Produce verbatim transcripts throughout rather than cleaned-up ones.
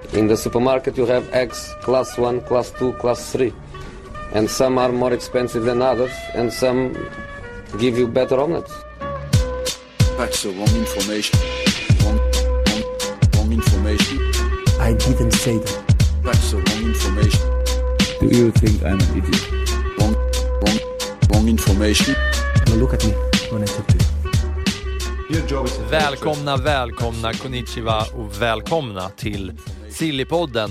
In the supermarket you have eggs class one, class two, class three. And some are more expensive than others, and some give you better omelets. That's the wrong information. Wrong, wrong, wrong information. I didn't say that. That's the wrong information. Do you think I'm an idiot? Wrong, wrong, wrong information. Now look at me when I talk to you. Välkomna, välkomna, konnichiwa och välkomna till Sillypodden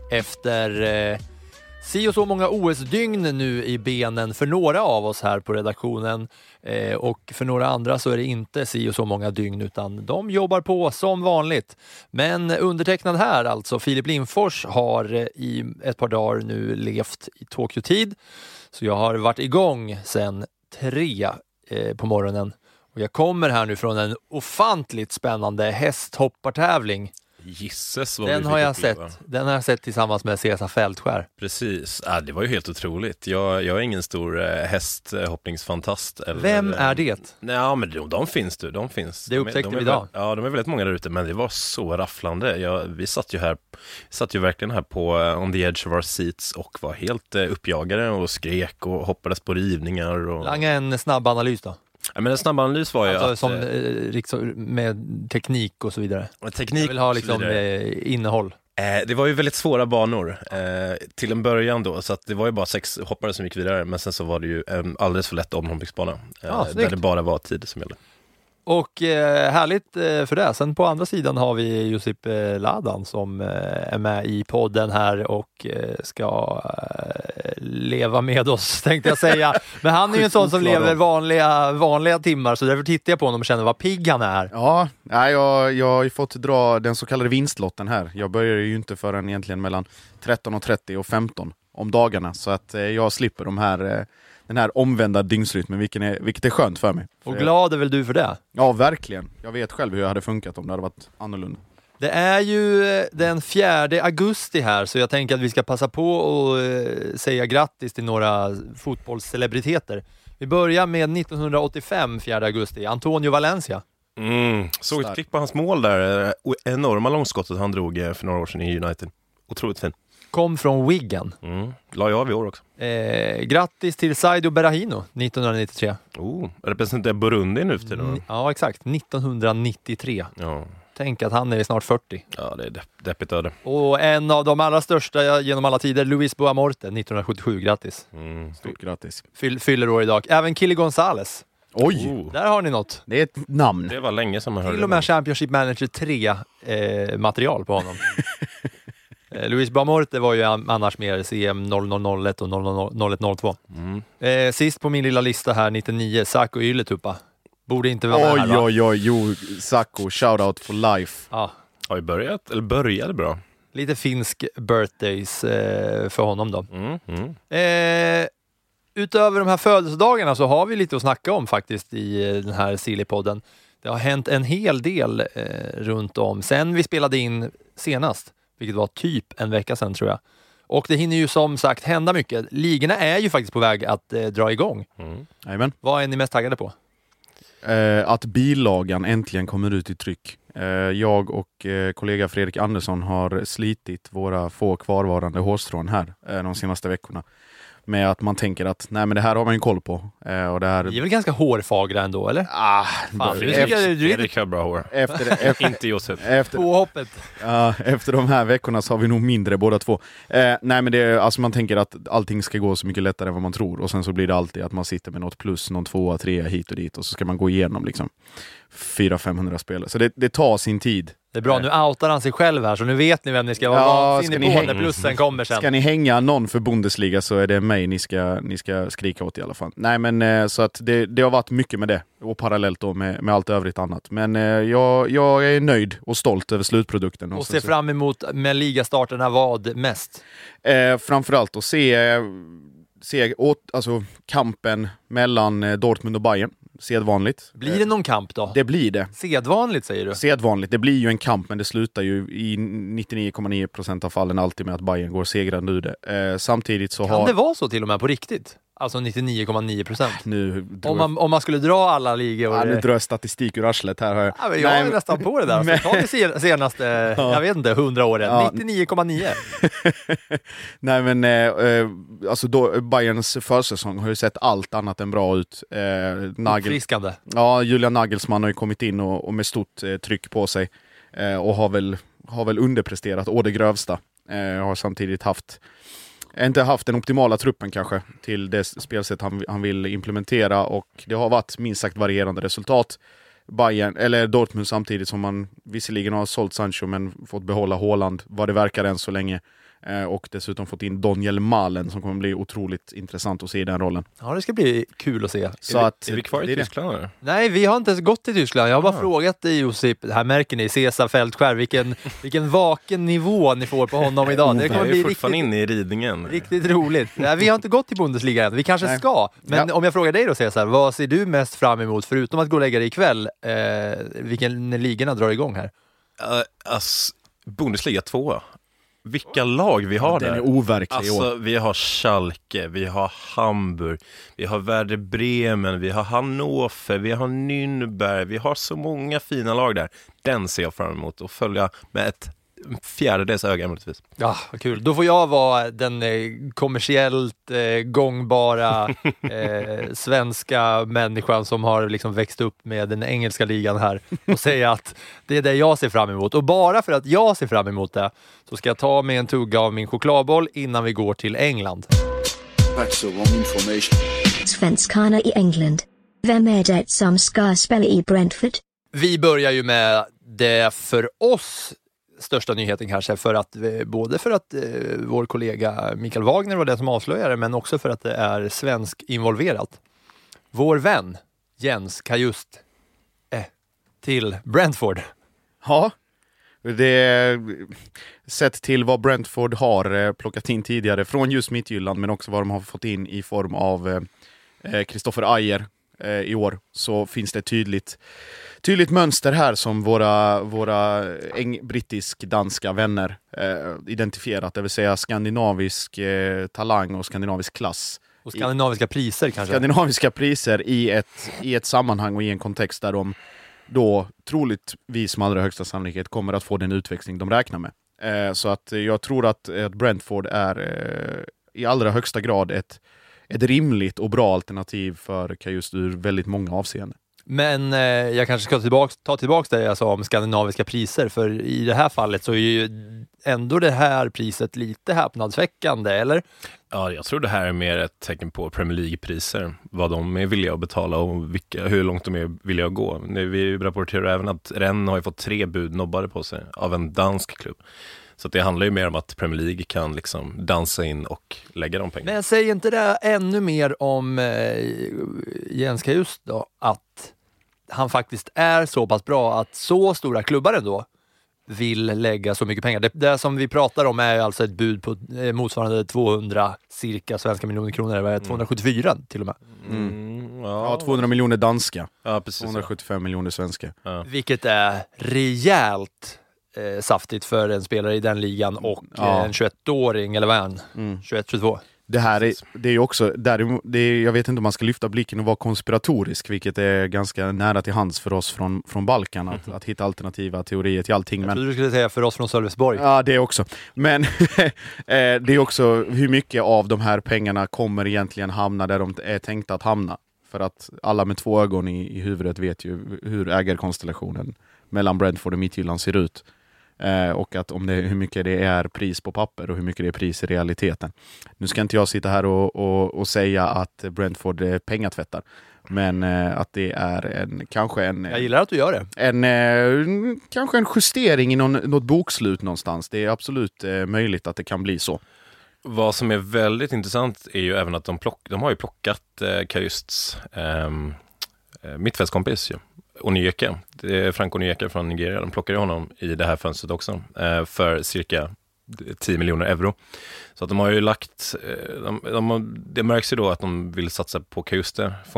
efter eh, si och så många O S-dygn nu i benen för några av oss här på redaktionen eh, och för några andra så är det inte si och så många dygn utan de jobbar på som vanligt. Men undertecknad här, alltså Filip Lindfors, har eh, i ett par dagar nu levt i Tokyo-tid, så jag har varit igång sedan tre eh, på morgonen. Och jag kommer här nu från en ofantligt spännande hästhoppartävling. Gisses vad Den vi har jag uppleva. sett. Den har jag sett tillsammans med Cesar Fältskär. Precis, ah, det var ju helt otroligt. Jag, jag är ingen stor eh, hästhoppningsfantast. Eller, Vem är det? Nej, men de, de finns du, de finns. Det upptäckte de är, de vi är idag. Väl, ja, de är väldigt många där ute, men det var så rafflande. Jag, vi satt ju här, satt ju verkligen här på uh, on the edge of our seats och var helt uh, uppjagade och skrek och hoppades på rivningar. Och... Langa en snabb analys då. Ja, men en snabb analys var ju alltså, att... som, eh, liksom, med teknik och så vidare. Teknik jag vill ha liksom eh, innehåll. Eh, det var ju väldigt svåra banor eh, till en början då, så att det var ju bara sex hoppare som gick vidare, men sen så var det ju en alldeles för lätt omhoppningsbana eh, ja, där det bara var tid som gällde. Och eh, härligt eh, för det. Sen på andra sidan har vi Josip eh, Ladan som eh, är med i podden här och eh, ska eh, leva med oss, tänkte jag säga. Men han är ju en sån som lever vanliga, vanliga timmar, så därför tittar jag på honom och känner vad pigg han är. Ja, nej, jag, jag har ju fått dra den så kallade vinstlotten här. Jag börjar ju inte förrän egentligen mellan tretton och trettio och femton om dagarna, så att eh, jag slipper de här... Eh, den här omvända dygnsrytmen, vilket är, vilket är skönt för mig. Och glad är väl du för det? Ja, verkligen. Jag vet själv hur jag hade funkat om det hade varit annorlunda. Det är ju den fjärde augusti här, så jag tänker att vi ska passa på och säga grattis till några fotbollscelebriteter. Vi börjar med nittonhundraåttiofem, fjärde augusti, Antonio Valencia. Mm, såg ett klick på hans mål där, enorma långskottet han drog för några år sedan i United. Otroligt fin. Kom från Wigan. Mm. La jag av i år också. Eh, grattis till Saido Berahino, nittonhundranittiotre. Oh, representerar Burundi nu för tiden. N- ja, exakt. nittonhundranittiotre. Ja. Tänk att han är snart fyrtio. Ja, det är depp- deppigt öde. Och en av de allra största genom alla tider, Luis Boamorte, nittonhundrasjuttiosju. Grattis. Mm. Stort grattis. Fyll, fyller år idag. Även Kili Gonzales. Oj! Oh. Där har ni något. Det är ett namn. Det var länge som man hörde Till och med det. Championship Manager tre eh, material på honom. eh, Luis Boamorte var ju annars mer C M noll noll noll ett och noll noll noll ett noll två. Mm. Eh, sist på min lilla lista här, nittionio, Saku Ylätupa. Borde inte vara med Oj, här, va? oj, oj, jo, Saku, shoutout for life. Ja, Har ju börjat, eller började bra. lite finsk birthdays eh, för honom då. Mm. Mm. Eh, utöver de här födelsedagarna så har vi lite att snacka om faktiskt i eh, den här Sillypodden. Det har hänt en hel del eh, runt om sen vi spelade in senast, vilket var typ en vecka sedan tror jag. Och det hinner ju som sagt hända mycket. Ligorna är ju faktiskt på väg att eh, dra igång. Mm. Amen. Vad är ni mest taggade på? Eh, att bilagan äntligen kommer ut i tryck. Eh, jag och eh, kollega Fredrik Andersson har slitit våra få kvarvarande hårstrån här eh, de senaste veckorna. Med att man tänker att nej, men det här har man ju koll på. Eh, och det här... Ni är väl ganska hårfagra ändå, eller? Ah, Fan, efter, det tycker jag är Fredrik riktigt har bra hår. efter, efter, Inte Josef. efter, påhoppet. ja, efter de här veckorna så har vi nog mindre båda två. Eh, nej, men det är, alltså man tänker att allting ska gå så mycket lättare än vad man tror. Och sen så blir det alltid att man sitter med något plus, någon tvåa, trea hit och dit. Och så ska man gå igenom liksom fyra till femhundra spel. Så det, det tar sin tid. Det är bra, nu outar han sig själv här, så nu vet ni vem ni ska vara Ja, vansinnig ska på ni när häng- plussen kommer sen. Ska ni hänga någon för Bundesliga så är det mig ni ska, ni ska skrika åt i alla fall. Nej, men eh, så att det, det har varit mycket med det. Och parallellt då med, med allt övrigt annat. Men eh, jag, jag är nöjd och stolt över slutprodukten. Och sen se fram emot med ligastarterna vad mest? Eh, framförallt att se, se åt, alltså, kampen mellan eh, Dortmund och Bayern. Sedvanligt. Blir det någon kamp då? Det blir det. Sedvanligt säger du? Sedvanligt. Det blir ju en kamp, men det slutar ju i nittionio komma nio procent av fallen alltid med att Bayern går segrande ur det. Eh, samtidigt så Kan har... det vara så till och med på riktigt? Alltså nittionio komma nio procent. Nu Om man, om man skulle dra alla ligor... Ja, nu drar jag statistik ur arslet här. Hör jag. Ja, men jag Nej, är men- nästan på det där. Men- Så ta det sen- senaste, jag vet inte, hundra åren. Ja. nittionio komma nio. Nej men, eh, eh, alltså då, Bayerns försäsong har ju sett allt annat än bra ut. Eh, Nagel, Friskande. ja, Julian Nagelsmann har ju kommit in och, och med stort eh, tryck på sig. Eh, och har väl, har väl underpresterat å det grövsta. Eh, har samtidigt haft inte haft den optimala truppen kanske till det spelsätt han, han vill implementera, och det har varit minst sagt varierande resultat. Bayern, eller Dortmund samtidigt som man visserligen har sålt Sancho men fått behålla Haaland vad det verkar än så länge. Eh, och dessutom fått in Daniel Malen som kommer bli otroligt intressant att se i den rollen. Ja, det ska bli kul att se. Så är, att, vi, är vi kvar det i är det. Tyskland eller? Nej, vi har inte ens gått till Tyskland. Jag har bara Ah. frågat dig, Josip. Det här märker ni, Cesar Fältskär. Vilken, vilken vaken nivå ni får på honom idag. Det Jag kommer är bli fortfarande riktigt, inne i ridningen. riktigt roligt. Nej, vi har inte gått till Bundesliga än. Vi kanske Nej. ska. Men Ja. om jag frågar dig då, Cesar, vad ser du mest fram emot, förutom att gå och lägga dig ikväll, eh, vilken när ligorna drar igång här? Uh, ass, Bundesliga två. Vilka lag vi har Den där. är overklig i år. Alltså, vi har Schalke, vi har Hamburg, vi har Werder Bremen, vi har Hannover, vi har Nürnberg, vi har så många fina lag där. Den ser jag fram emot och följa med ett fjärdedels öga möjligtvis. Ja, vad kul. Då får jag vara den eh, kommersiellt eh, gångbara eh, svenska människan som har liksom växt upp med den engelska ligan här och säga att det är det jag ser fram emot. Och bara för att jag ser fram emot det så ska jag ta med en tugga av min chokladboll innan vi går till England. Facts are wrong information. Svenskarna i England. Vem är det som ska spela i Brentford? Vi börjar ju med det för oss största nyheten kanske, för att eh, både för att eh, vår kollega Mikael Wagner var den som avslöjade, men också för att det är svensk involverat. Vår vän Jens Kajust eh, till Brentford. Ja, det sett till vad Brentford har eh, plockat in tidigare från just Midtjylland, men också vad de har fått in i form av Kristoffer eh, Ajer eh, i år, så finns det tydligt tydligt mönster här som våra, våra eng- brittisk-danska vänner eh, identifierat, det vill säga skandinavisk eh, talang och skandinavisk klass. Och skandinaviska priser kanske. Skandinaviska priser i ett, i ett sammanhang och i en kontext där de då troligtvis med allra högsta sannolikhet kommer att få den utväxling de räknar med. Eh, så att jag tror att, att Brentford är eh, i allra högsta grad ett, ett rimligt och bra alternativ för Kajust ur väldigt många avseenden. Men eh, jag kanske ska tillbaka, ta tillbaka det jag sa om skandinaviska priser, för i det här fallet så är ju ändå det här priset lite häpnadsväckande, eller? Ja, jag tror det här är mer ett tecken på Premier League-priser. Vad de är villiga att betala och vilka, hur långt de är villiga att gå. Nu, vi rapporterar även att Rennes har ju fått tre bud nobbade på sig av en dansk klubb. Så att det handlar ju mer om att Premier League kan liksom dansa in och lägga de pengarna. Men säger inte det ännu mer om eh, Jens Kajust då, att han faktiskt är så pass bra att så stora klubbar ändå vill lägga så mycket pengar. Det, det som vi pratar om är alltså ett bud på eh, motsvarande tvåhundra cirka svenska miljoner kronor, eller tvåhundrasjuttiofyra till och med. Mm, Ja, tvåhundra miljoner danska, ja, precis. tvåhundrasjuttiofem miljoner svenska. Ja. Vilket är rejält eh, saftigt för en spelare i den ligan och Ja. eh, en tjugoettåring, eller vad är han? Mm. tjugoett tjugotvå. Det här är, det är ju också, där, det är, jag vet inte om man ska lyfta blicken och vara konspiratorisk, vilket är ganska nära till hands för oss från, från Balkan, att, att hitta alternativa teorier till allting. Jag Men, trodde du skulle säga för oss från Sölvesborg. ja, det också. Men eh, det är också hur mycket av de här pengarna kommer egentligen hamna där de är tänkta att hamna. För att alla med två ögon i, i huvudet vet ju hur ägarkonstellationen mellan Brentford och Midtjylland ser ut. Eh, och att om det, hur mycket det är pris på papper och hur mycket det är pris i realiteten. Nu ska inte jag sitta här och, och, och säga att Brentford är pengatvättar. Men eh, att det är en, kanske en... Jag gillar att du gör det. En, eh, kanske en justering i någon, något bokslut någonstans. Det är absolut eh, möjligt att det kan bli så. Vad som är väldigt intressant är ju även att de, plock, de har ju plockat eh, Kajusts eh, mittfältskompis ju. Onyeka, det är Frank Onyeka från Nigeria. De plockade honom i det här fönstret också eh, för cirka tio miljoner euro. Så att de har ju lagt, eh, de, de har, det märks ju då att de vill satsa på Kajuste, får man väl hoppas då, om de vill lägga nästan tre gånger så mycket pengar för honom.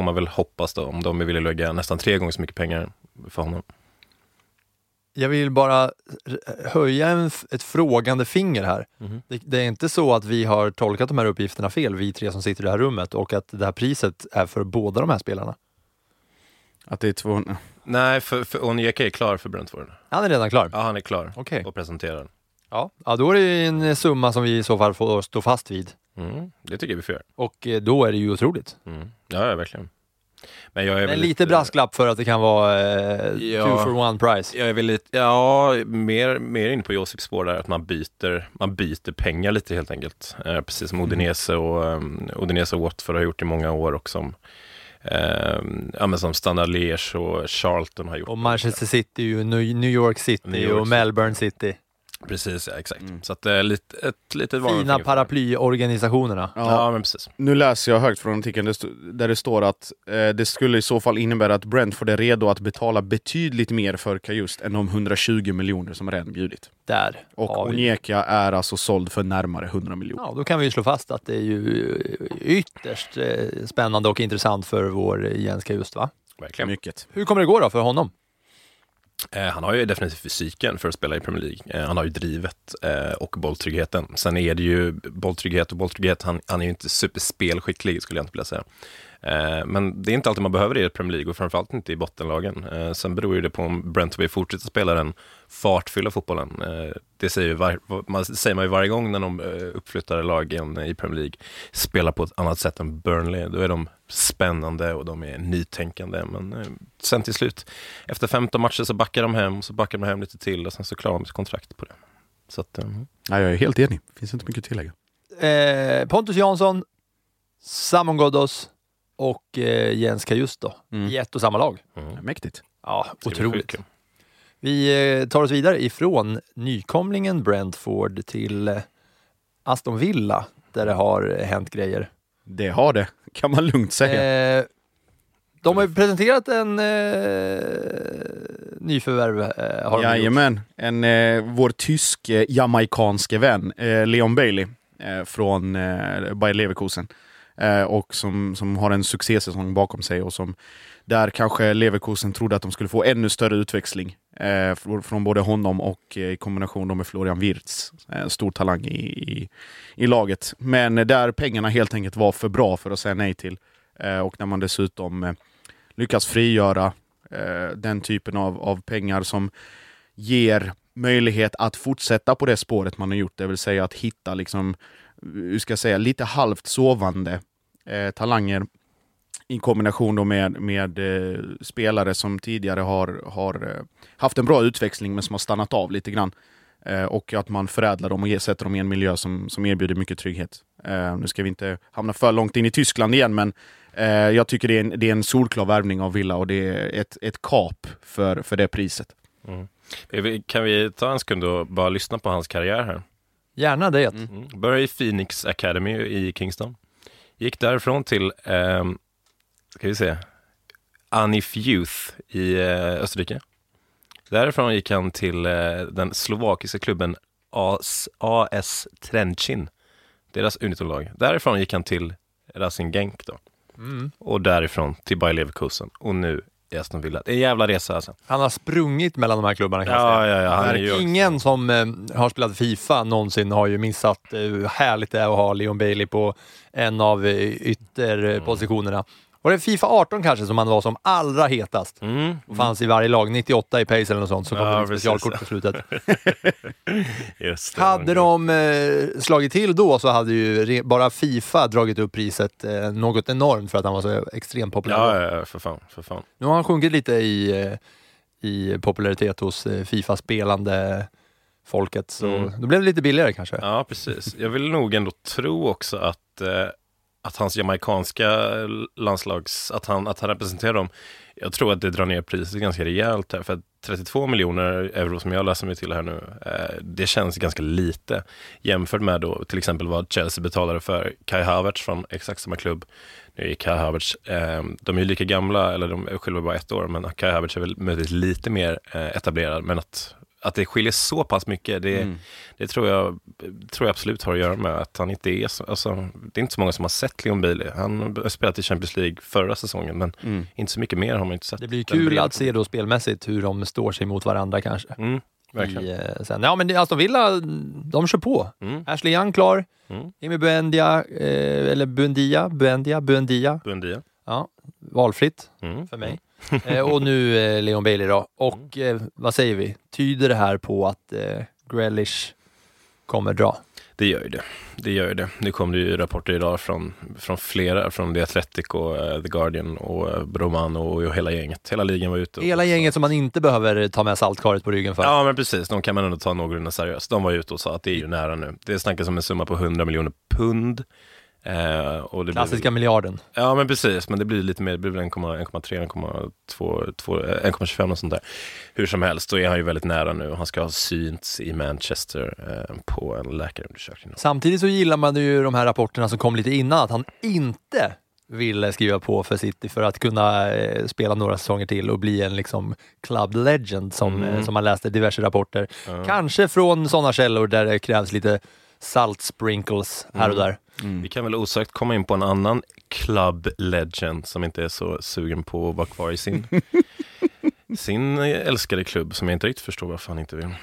Jag vill bara höja en, ett frågande finger här. Mhm. Det, det är inte så att vi har tolkat de här uppgifterna fel, vi tre som sitter i det här rummet, och att det här priset är för båda de här spelarna. Att det är tvåhundra... Nej, för, för Onyeka är klar för Brentford. Han är redan klar. Ja, han är klar Okej. och presenterad. Ja. ja, då är det en summa som vi i så fall får stå fast vid. Mm, det tycker jag vi får göra. Och eh, då är det ju otroligt. Mm. Ja, ja, verkligen. Men jag är Men väl lite brasklapp för att det kan vara eh, Ja. two for one price. Jag är väl lite, ja, mer, mer inne på Josefs spår där, att man byter, man byter pengar lite helt enkelt. Eh, precis som Udinese och, um, Udinese och Watford har gjort i många år, och som, eh, ja, men som Standard Liège och Charlton har gjort. Och Manchester City, ju, New York City New York och City. Melbourne City. Precis, ja, exakt. Mm. Så att det är lite, ett litet Fina varningsfinger för- paraplyorganisationerna. Ja, ja, men precis. Nu läser jag högt från artikeln där det st- där det står att eh, det skulle i så fall innebära att Brentford är redo att betala betydligt mer för Kajust än de hundratjugo miljoner som redan bjudit. Där Och har vi. Onyeka är alltså såld för närmare hundra miljoner. Ja, då kan vi ju slå fast att det är ju ytterst eh, spännande och intressant för vår Jens Kajust, va? Verkligen. Mycket. Hur kommer det gå då för honom? Eh, han har ju definitivt fysiken för att spela i Premier League. Eh, han har ju drivet eh, och bolltryggheten. Sen är det ju bolltrygghet och bolltrygghet. Han, han är ju inte superspelskicklig, skulle jag inte vilja säga. Eh, men det är inte alltid man behöver det i ett Premier League, och framförallt inte i bottenlagen. Eh, sen beror ju det på om Brentford fortsätter spela den fartfylla fotbollen. Eh, det säger, ju var, man, säger man ju varje gång när de eh, uppflyttade lagen i Premier League spelar på ett annat sätt än Burnley. Då är de spännande och de är nytänkande. Men eh, sen till slut, efter femton matcher så backar de hem, så backar de hem lite till och sen så klarar de ett kontrakt på det. Så att, eh, Ja, jag är helt enig. Finns inte mycket att tillägga. Eh, Pontus Jansson, Simon Ghoddos och eh, Jens Kajust då. Mm. I ett och samma lag. mm. Mäktigt. Ja, Det blir otroligt. sjukt. Vi eh, tar oss vidare ifrån nykomlingen Brentford till eh, Aston Villa, där det har eh, hänt grejer. Det har det, kan man lugnt säga. Eh, de har ju presenterat en eh, nyförvärv. Eh, har de gjort. Jajamän, en, eh, vår tyske jamaikanske vän, eh, Leon Bailey eh, från eh, Bayer Leverkusen. Eh, och som, som har en succésäsong bakom sig, och som där kanske Leverkusen trodde att de skulle få ännu större utväxling eh, från, från både honom och eh, i kombination då med Florian Wirtz. En stor talang i, i, i laget. Men eh, där pengarna helt enkelt var för bra för att säga nej till. Eh, och när man dessutom eh, lyckas frigöra eh, den typen av, av pengar som ger möjlighet att fortsätta på det spåret man har gjort. Det vill säga att hitta liksom, hur ska jag säga, lite halvt sovande eh, talanger i kombination då med, med eh, spelare som tidigare har, har eh, haft en bra utväxling men som har stannat av lite grann. Eh, och att man förädlar dem och ger, sätter dem i en miljö som, som erbjuder mycket trygghet. Eh, nu ska vi inte hamna för långt in i Tyskland igen, men eh, jag tycker det är, en, det är en solklar värvning av Villa, och det är ett, ett kap för, för det priset. Mm. Kan vi ta en sekund och bara lyssna på hans karriär här? Gärna det. Mm. Började i Phoenix Academy i Kingston. Gick därifrån till eh, ska vi se Anif Youth i eh, Österrike. Därifrån gick han till eh, den slovakiska klubben A S, A S Trencin, deras unitonlag. Därifrån gick han till Racing Genk då. Mm. Och därifrån till Bayer Leverkusen. Och nu i Aston Villa. Det är en jävla resa alltså. Han har sprungit mellan de här klubbarna, kan jag Ja, säga. ja, ja. Han är ju också- Ingen som eh, har spelat FIFA någonsin har ju missat eh, hur härligt det är att ha Leon Bailey på en av eh, ytterpositionerna. Och det är FIFA arton kanske som han var som allra hetast. Mm. Och fanns i varje lag, nittioåtta i pace eller något sånt, så kom Ja, det ett precis. specialkort på slutet. Just det. Hade de eh, slagit till då, så hade ju re- bara FIFA dragit upp priset eh, något enormt för att han var så extremt populär. Ja, ja, ja, för fan, för fan. Nu har han sjunkit lite i, eh, i popularitet hos eh, FIFA-spelande folket, så Mm. då blev det lite billigare kanske. Ja, precis. Jag vill nog ändå tro också att, eh, att hans jamaikanska landslags, att han, att han representerar dem, jag tror att det drar ner priset ganska rejält här, för att trettiotvå miljoner euro som jag läser mig till här nu, eh, det känns ganska lite jämfört med då till exempel vad Chelsea betalade för Kai Havertz från exakt samma klubb. Nu är Kai Havertz, eh, de är ju lika gamla, eller de är själva bara ett år, men Kai Havertz är väl möjligtvis lite mer eh, etablerad, men att att det skiljer så pass mycket, det, mm. det tror, jag, tror jag absolut har att göra med att han inte är så, alltså, det är inte så många som har sett Leon Bailey. Han har spelat i Champions League förra säsongen, men mm. inte så mycket mer har man inte sett. Det blir kul att se då spelmässigt hur de står sig mot varandra kanske. Mm. Verkligen. I, sen, ja, men Aston Villa, de kör på. Mm. Ashley Young klar. Mm. Emi Buendia, eh, eller Buendia, Buendia, Buendia. Buendia. Ja, valfritt mm. för mig. eh, och nu eh, Leon Bailey då. Och eh, vad säger vi? Tyder det här på att eh, Grealish kommer dra? Det gör ju det. Det gör ju det. Nu kom det ju rapporter idag från, från flera, från The Athletic och uh, The Guardian och uh, Romano och, och hela gänget. Hela ligan var ute. Hela gänget som man inte behöver ta med saltkaret på ryggen för. Ja, men precis. De kan man ändå ta någorlunda seriöst. De var ute och sa att det är ju nära nu. Det snackas om en summa på hundra miljoner pund. Eh, och det klassiska blir, miljarden. Ja, men precis. Men det blir lite mer, det blir väl en komma tre, en komma två, en komma tjugofem och sånt där. Hur som helst, då är han ju väldigt nära nu. Han ska ha synts i Manchester eh, på en läkarundersökning. Samtidigt så gillar man ju de här rapporterna som kom lite innan, att han inte ville skriva på för City för att kunna eh, spela några säsonger till och bli en liksom club legend som, mm. eh, som man läste diverse rapporter. Mm. Kanske från sådana källor där det krävs lite salt sprinkles här och där. Mm. Vi kan väl osökt komma in på en annan club legend som inte är så sugen på att vara kvar i sin sin älskade klubb som jag inte riktigt förstår varför han inte vill.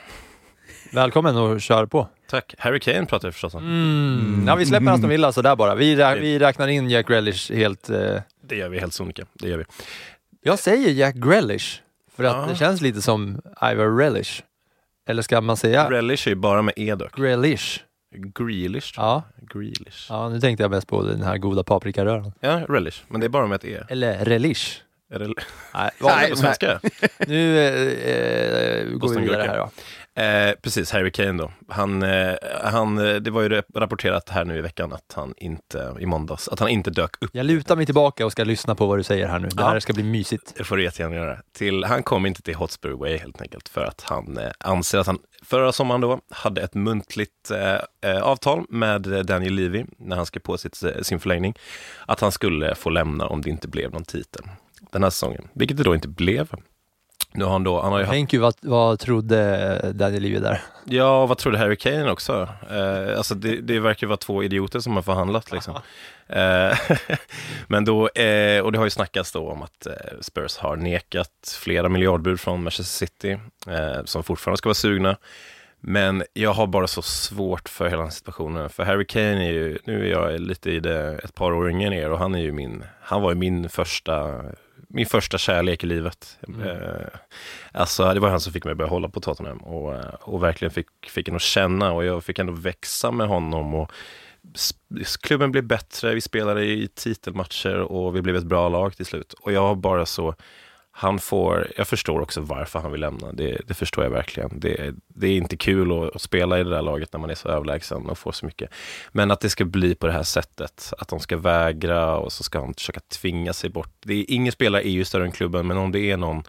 Välkommen och kör på. Tack. Harry Kane pratar jag förstås om. Mm. Ja, vi släpper Aston Villa så där bara. Vi, rä- vi räknar in Jack Grealish helt... Eh... Det gör vi helt sonika. Det gör vi. Jag säger Jack Grealish för att ja. det känns lite som Ivar Relish. Eller ska man säga... Grealish är ju bara med e dock. Grealish. Grealish. Ja. Grealish. Ja, nu tänkte jag mest på den här goda paprikarören. Ja, relish. Men det är bara med ett e. Eller relish. Rel- nej, nej, på svenska. Nu eh, går vi vidare här då. Eh, precis, Harry Kane då. Han, eh, han, det var ju rapporterat här nu i veckan att han inte, i måndags, att han inte dök upp. Jag lutar mig tillbaka och ska lyssna på vad du säger här nu. Det här ja. ska bli mysigt. Det får du jättegärna göra. Till, han kom inte till Hotspur Way helt enkelt för att han eh, anser att han förra sommaren då hade ett muntligt eh, avtal med Daniel Levy när han skrev på sitt, sin förlängning att han skulle få lämna om det inte blev någon titel den här säsongen, vilket det då inte blev. Nu har han då, han har ju Tänk haft... ju, vad, vad trodde Daniel Levy där? Ja, vad trodde Harry Kane också? Eh, alltså det, det verkar vara två idioter som har förhandlat liksom. eh, men då, eh, och det har ju snackats då om att eh, Spurs har nekat flera miljardbud från Manchester City eh, som fortfarande ska vara sugna. Men jag har bara så svårt för hela den situationen. För Harry Kane är ju, nu är jag lite i det ett par år yngre ner och han är ju min, han var ju min första min första kärlek i livet. Mm. Eh, alltså det var han som fick mig börja hålla på Tottenham och, och verkligen fick, fick en att känna och jag fick ändå växa med honom och klubben blev bättre, vi spelade i titelmatcher och vi blev ett bra lag till slut. Och jag har bara så han får, jag förstår också varför han vill lämna. Det, det förstår jag verkligen. Det, det är inte kul att, att spela i det där laget när man är så överlägsen och får så mycket. Men att det ska bli på det här sättet. Att de ska vägra och så ska han försöka tvinga sig bort. Det är, ingen spelare är ju större än klubben, men om det är någon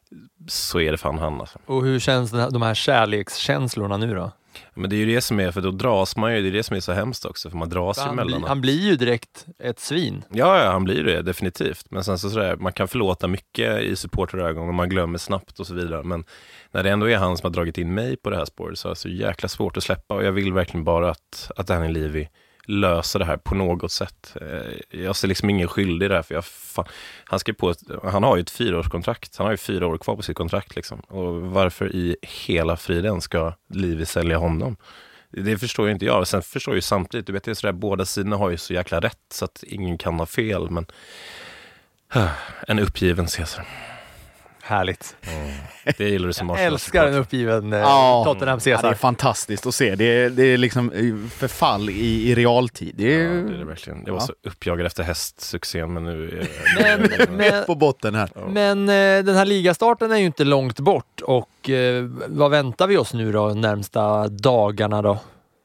så är det fan han. Alltså. Och hur känns det här, de här kärlekskänslorna nu då? Men det är ju det som är, för då dras man ju, det är det som är så hemskt också, för man dras ju mellan. Han blir ju direkt ett svin. Ja, ja, han blir det, definitivt. Men sen så sådär, man kan förlåta mycket i supporterögon och man glömmer snabbt och så vidare. Men när det ändå är han som har dragit in mig på det här spåret så är det så jäkla svårt att släppa. Och jag vill verkligen bara att, att Daniel Levy löser det här på något sätt. Jag ser liksom ingen skyldig där, för jag fan, han ska på, han har ju ett fyraårskontrakt. Han har ju fyra år kvar på sitt kontrakt liksom. Och varför i hela friden ska Levy sälja honom? Det förstår ju inte jag. Sen förstår jag ju samtidigt, du vet det är sådär, båda sidorna har ju så jäkla rätt så att ingen kan ha fel, men en uppgiven Cesar. Härligt. Mm. Det gillar du som jag älskar en uppgiven eh, ja, Tottenham Cesar. Ja, det är fantastiskt att se. Det är, det är liksom förfall i, i realtid. Det är, ja, det är det verkligen. Jag var ja. så uppjagad efter hästsuccén, men nu är men, men, på botten här. Ja. Men eh, den här ligastarten är ju inte långt bort och eh, vad väntar vi oss nu då närmsta dagarna då?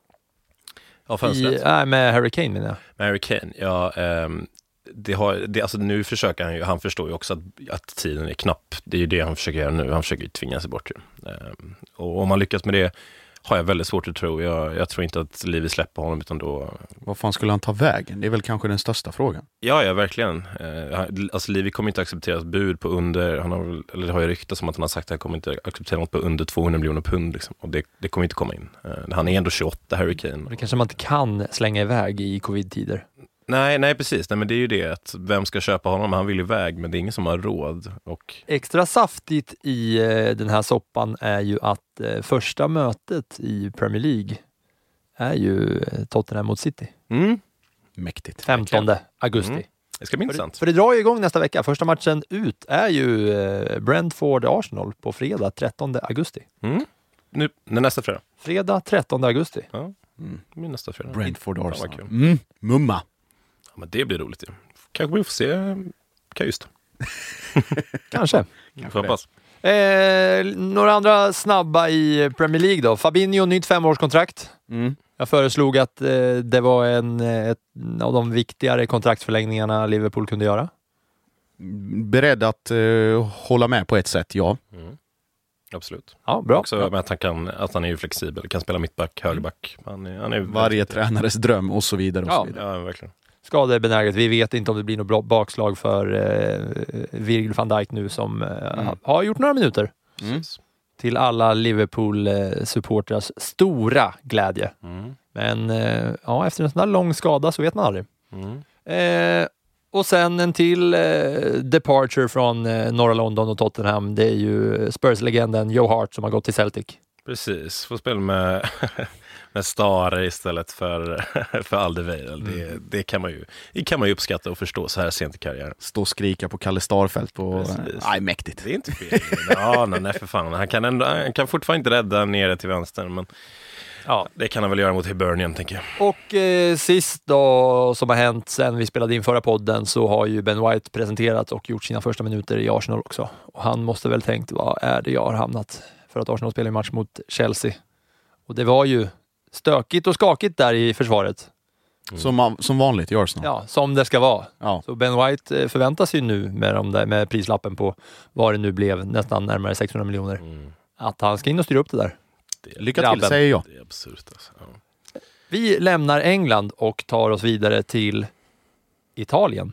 Ja, fönstret. I, äh, med Harry Kane menar jag. Med Harry Kane, ja. Um, Det har, det, alltså nu försöker han ju, han förstår ju också att, att tiden är knapp. Det är ju det han försöker göra nu. Han försöker ju tvinga sig bort ju. Um, och om man lyckas med det har jag väldigt svårt att tro. Jag, jag tror inte att Levy släpper honom, utan då... Vad fan skulle han ta vägen? Det är väl kanske den största frågan. Ja, ja, verkligen. Eh, alltså Levy kommer inte acceptera ett bud på under, han har, eller det har ju ryktats som att han har sagt att han kommer inte acceptera något på under tvåhundra miljoner pund. Liksom. Och det, det kommer inte komma in. Eh, han är ändå tjugoåtta, Harry Kane. Det kanske man inte kan slänga iväg i covid-tider. Nej, nej precis. Nej, men det är ju det att vem ska köpa honom? Han vill iväg, men det är ingen som har råd. Och... Extra saftigt i eh, den här soppan är ju att eh, första mötet i Premier League är ju eh, Tottenham mot City. Mm. Mäktigt. femtonde augusti. Mm. Det ska bli För, intressant. för det drar ju igång nästa vecka. Första matchen ut är ju eh, Brentford-Arsenal på fredag trettonde augusti. Mm. Nu, nästa fredag. Fredag trettonde augusti. Ja, mm. nästa fredag. Brentford Ja, Arsenal. vad kul. Mm. Mumma. Ja, men det blir roligt. Ja. Kanske vi får se Kajust. Kanske. Får hoppas. Eh, några andra snabba i Premier League då. Fabinho, nytt femårskontrakt. Mm. Jag föreslog att eh, det var en, ett, en av de viktigare kontraktsförlängningarna Liverpool kunde göra. Beredd att uh, hålla med på ett sätt, ja. Mm. Absolut. Ja, bra. Också med att han, kan, att han är ju flexibel. Kan spela mittback, högerback. Han är, han är Varje tränares dröm och så vidare. Och Ja. så vidare. Ja, verkligen. Skadebenäget. Vi vet inte om det blir något bra bakslag för eh, Virgil van Dijk nu som eh, Mm. har gjort några minuter. Mm. Till alla Liverpool-supporters stora glädje. Mm. Men eh, ja, efter en sån här lång skada så vet man aldrig. Mm. Eh, och sen en till eh, departure från eh, norra London och Tottenham. Det är ju Spurs-legenden Joe Hart som har gått till Celtic. Precis, får spela med, med Stare istället för, för Alderweireld. Mm. Det, det, kan man ju, det kan man ju uppskatta och förstå så här sent i karriären. Stå och skrika på Kalle Starfelt på... Precis. Nej, mäktigt. Det är inte fel. Ja, nej, nej för fan. Han kan, ändå, han kan fortfarande inte rädda nere till vänster, men Ja. det kan han väl göra mot Hibernian, tänker jag. Och eh, sist då, som har hänt sen vi spelade in förra podden, så har ju Ben White presenterat och gjort sina första minuter i Arsenal också. Och han måste väl tänkt, vad är det jag har hamnat? För att Arsenal spelar en match mot Chelsea. Och det var ju stökigt och skakigt där i försvaret. Mm. Som, som vanligt i Arsenal. Ja, som det ska vara. Ja. Så Ben White förväntas ju nu med, de där, med prislappen på vad det nu blev, nästan närmare sexhundra miljoner. Mm. Att han ska in och styra upp det där. Det, Lycka Grabben. till, säger jag. det är absurt alltså. Ja. Vi lämnar England och tar oss vidare till Italien.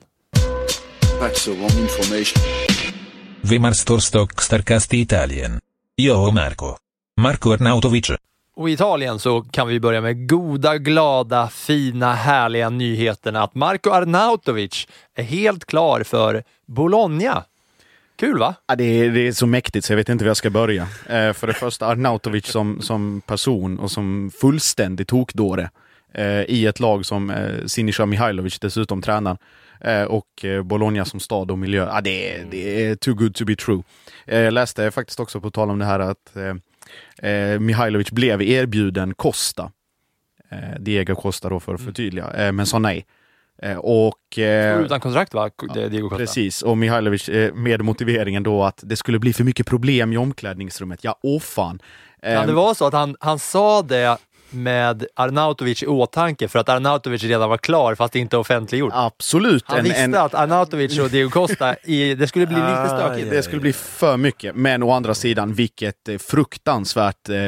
That's the wrong information. Vimarstorstok Starcast Italien. Io och Marco. Marco Arnautovic. Och i Italien så kan vi börja med goda, glada, fina, härliga nyheterna att Marco Arnautovic är helt klar för Bologna. Kul va? Ja, det, är, det är så mäktigt så jag vet inte var jag ska börja. Eh, för det första Arnautovic som, som person och som fullständig tokdåre eh, i ett lag som eh, Sinisa Mihajlovic dessutom tränar. Eh, och eh, Bologna som stad och miljö. Ja, det, är, det är too good to be true. Eh, jag läste faktiskt också på tal om det här att eh, eh, Mihajlovic blev erbjuden Costa. Eh, Diego Costa då för att förtydliga. Eh, men sa nej. Eh, och, eh, Utan kontrakt va? Det är Diego Costa. Precis, och Mihajlovic eh, med motiveringen då att det skulle bli för mycket problem i omklädningsrummet. Ja, åh fan. Eh, Kan det vara så att han, han sa det med Arnautovic i åtanke för att Arnautovic redan var klar fast inte offentliggjort? Absolut. Han en, visste en, att Arnautovic och Diego Costa, i, det skulle bli lite stökigt. det skulle bli för mycket. Men å andra sidan, vilket eh, fruktansvärt eh,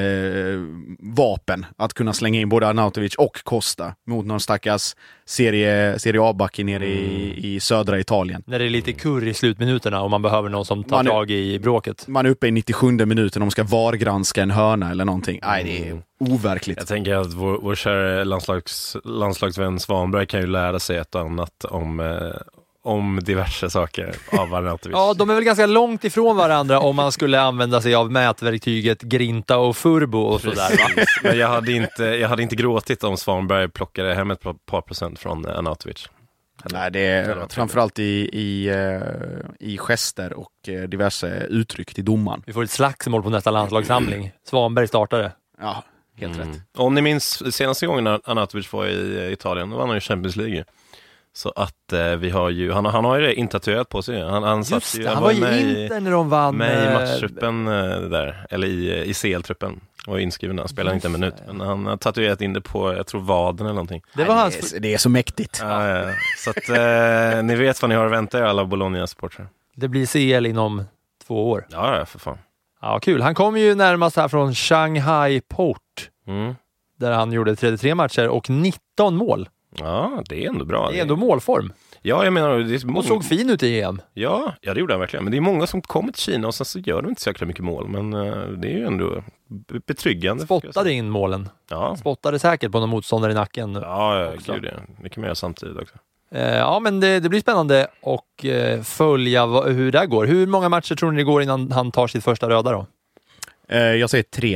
vapen att kunna slänga in både Arnautovic och Costa mot någon stackars serie, serie A-backe nere i, i södra Italien. När det är lite kurr i slutminuterna och man behöver någon som tar Man är- tag i bråket. Man är uppe i nittiosjunde minuten, de ska vargranska en hörna eller någonting. Nej, det är overkligt. Jag tänker att vår, vår kära landslags, landslagsvän Svanberg kan ju lära sig ett och annat om, eh, om diverse saker av Arnautovic. Ja, de är väl ganska långt ifrån varandra om man skulle använda sig av mätverktyget Grinta och Furbo och sådär va? Precis. Men jag hade, inte, jag hade inte gråtit om Svanberg plockade hem ett par procent från Arnautovic. Nej, det är framförallt i, i, eh, i gester och eh, diverse uttryck till domaren. Vi får ett slagsmål på nästa landslagssamling. Svanberg startade. Ja, helt Mm. rätt. Om ni minns senaste gången när Arnautovic var i Italien, då vann han ju Champions League. Så att eh, vi har ju, han, han har ju det intatuerat på sig. Han, han, satt Just ju, det, han han var ju med inte när de vann. med i eh, matchtruppen eh, där, eller i, i C L-truppen. Var inskriven, han spelade inte en minut. Men han har tatuerat in det på, jag tror vaden eller någonting. Det var Nej, hans... det, är, det är så mäktigt. Ja, ja. Så att eh, ni vet vad ni har att vänta er, alla Bologna-supportrar. Det blir C L inom två år. Ja, ja, för fan. Ja, kul. Han kommer ju närmast här från Shanghai Port Mm. Där han gjorde trettiotre matcher och nitton mål. Ja, det är ändå bra. Det är ändå målform. Ja, jag menar... Det är många... Och såg fin ut i E M. Ja, ja, det gjorde han verkligen. Men det är många som kommer till Kina och sen så gör de inte så jäkla mycket mål. Men uh, det är ju ändå betryggande. Spottade in målen. Ja. Spottade säkert på någon motståndare i nacken. Ja, ja gud det. Det kan man göra samtidigt också. Eh, ja, men det, det blir spännande att eh, följa v- hur det går. Hur många matcher tror ni det går innan han tar sitt första röda då? Eh, jag säger tre.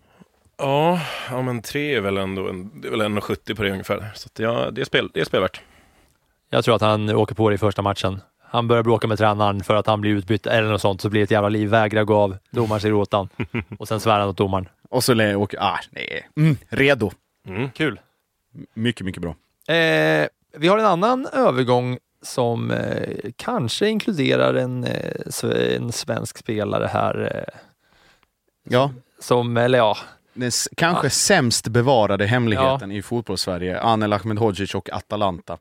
Ja, ja, men tre är väl ändå en, det är väl en sjuttio på det ungefär. Så att ja, det är, spel, det är spelvärt. Jag tror att han åker på det i första matchen. Han börjar bråka med tränaren för att han blir utbytt eller något sånt, så blir det ett jävla liv. Vägrar gå av, domaren ser åt han. Och sen svär han åt domaren. Och så lä- åker... Ah, nej. Mm, redo. Mm. Kul. Mycket, mycket bra. Eh, vi har en annan övergång som eh, kanske inkluderar en, eh, sve- en svensk spelare här. Eh, Ja. som, eller ja... Den s- kanske Ja. sämst bevarade hemligheten i fotbollssverige. Anel Ahmedhodzic och Atalanta.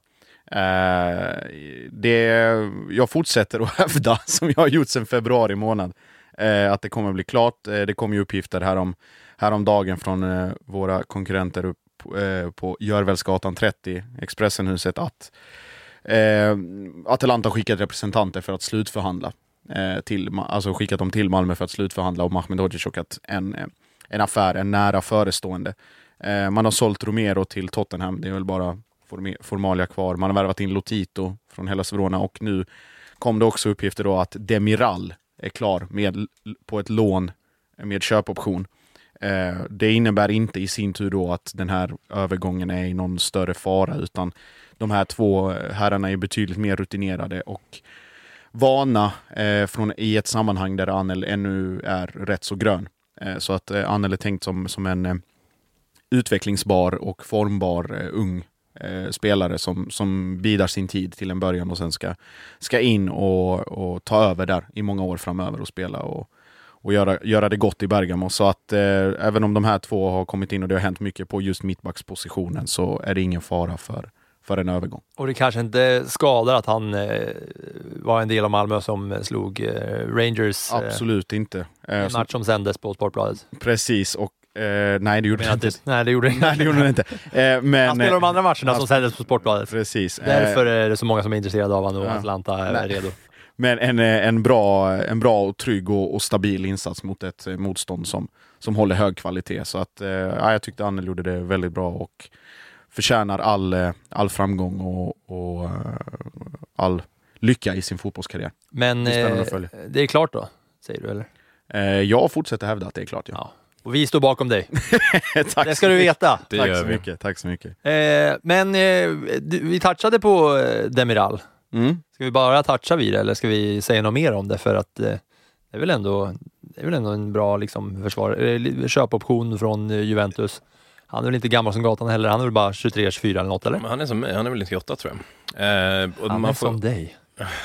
Eh, det, jag fortsätter att hävda, som jag har gjort sedan februari månad, eh, att det kommer att bli klart. Eh, det kommer ju uppgifter härom, häromdagen från eh, våra konkurrenter upp, eh, på Görvälsgatan trettio, Expressenhuset, att eh, Atalanta har skickat representanter för att slutförhandla. Eh, till, alltså skickat dem till Malmö för att slutförhandla om Ahmedhodzic, och att en, en affär är nära förestående. Eh, man har sålt Romero till Tottenham, det är väl bara formalia kvar. Man har värvat in Lotito från Hellas Verona, och nu kom det också uppgifter då att Demiral är klar med, på ett lån med köpoption. Eh, det innebär inte i sin tur då att den här övergången är i någon större fara, utan de här två herrarna är betydligt mer rutinerade och vana eh, från, i ett sammanhang där Anel ännu är rätt så grön. Eh, så att eh, Anel är tänkt som, som en eh, utvecklingsbar och formbar eh, ung eh, spelare som, som bidar sin tid till en början och sen ska, ska in och, och ta över där i många år framöver och spela och, och göra, göra det gott i Bergamo. Så att eh, även om de här två har kommit in och det har hänt mycket på just mittbackspositionen, så är det ingen fara för för en övergång. Och det kanske inte skadar att han eh, var en del av Malmö som slog eh, Rangers. Absolut inte. Eh, en match som sändes på Sportbladet. Precis, och eh, nej det gjorde det inte. Nej, det gjorde det nej, det gjorde det inte. Eh, men, han spelar de andra matcherna som sändes på Sportbladet. Precis. Därför är det så många som är intresserade av honom och ja. Atlanta är nej. redo. Men en, en, bra, en bra och trygg och, och stabil insats mot ett motstånd som, som håller hög kvalitet. Så att, eh, ja, jag tyckte Anel gjorde det väldigt bra och förtjänar all, all framgång och, och all lycka i sin fotbollskarriär. Men det är, eh, det är klart då, säger du eller? Eh, jag fortsätter hävda att det är klart. Ja. Ja. Och vi står bakom dig. Tack det ska du veta. Det tack, gör så vi. mycket, tack så mycket. Eh, men eh, vi touchade på eh, Demiral. Mm. Ska vi bara toucha vid det eller ska vi säga något mer om det? För att eh, det är väl ändå, det är väl ändå en bra liksom, försvar, eh, köpoption från eh, Juventus. Han är väl inte gammal som gatan heller. Han är väl bara tjugotre tjugofyra eller något, eller? Men han är som mig. Han är väl nittioåtta tror jag. Eh, och han man är får... som dig.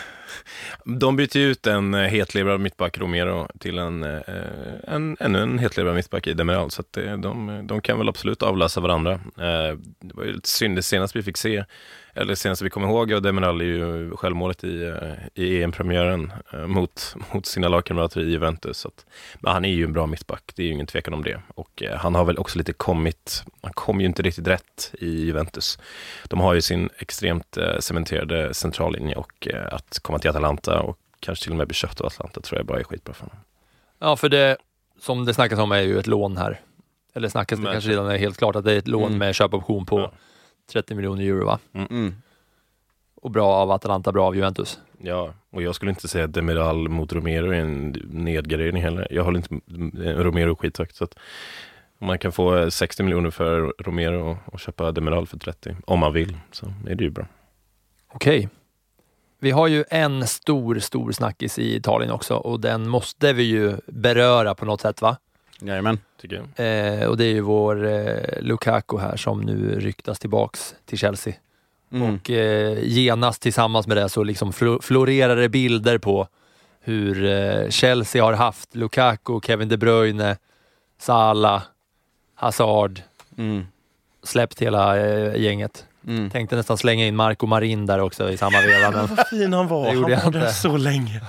De byter ut en hetlevrad mittback Romero till en, en, ännu en hetlevrad mittback i Demiral. Så att det, de, de kan väl absolut avläsa varandra. Eh, det var ju lite synd det senaste vi fick se, eller det senaste vi kommer ihåg, och Demiral är ju självmålet i, i E M-premiären eh, mot, mot sina lagkamrater i Juventus. Så att, men han är ju en bra mittback, det är ju ingen tvekan om det. Och eh, han har väl också lite kommit, han kom ju inte riktigt rätt i Juventus. De har ju sin extremt eh, cementerade centrallinje, och eh, att komma till Atalanta och kanske till och med bli köpt av Atalanta tror jag bara är skitbra för honom. Ja, för det som det snackas om är ju ett lån här. Eller snackas det Men, kanske redan är helt klart att det är ett lån mm. med köpoption på ja. trettio miljoner euro, va? Mm. Och bra av Atalanta, bra av Juventus. Ja, och jag skulle inte säga att Demiral mot Romero är en nedgradering heller. Jag håller inte Romero skithögt, så att om man kan få sextio miljoner för Romero och, och köpa Demiral för trettio, om man vill, så är det ju bra. Okej. Vi har ju en stor, stor snackis i Italien också, och den måste vi ju beröra på något sätt, va? Jajamän. Tycker jag. Eh, och det är ju vår eh, Lukaku här som nu ryktas tillbaks till Chelsea. Mm. Och eh, genast tillsammans med det så liksom fl- florerar det bilder på hur eh, Chelsea har haft Lukaku, Kevin De Bruyne, Salah, Hazard, Mm. släppt hela eh, gänget. Mm. Tänkte nästan slänga in Marco Marin där också i samma veva. Men vad fin han var. Han var där så länge.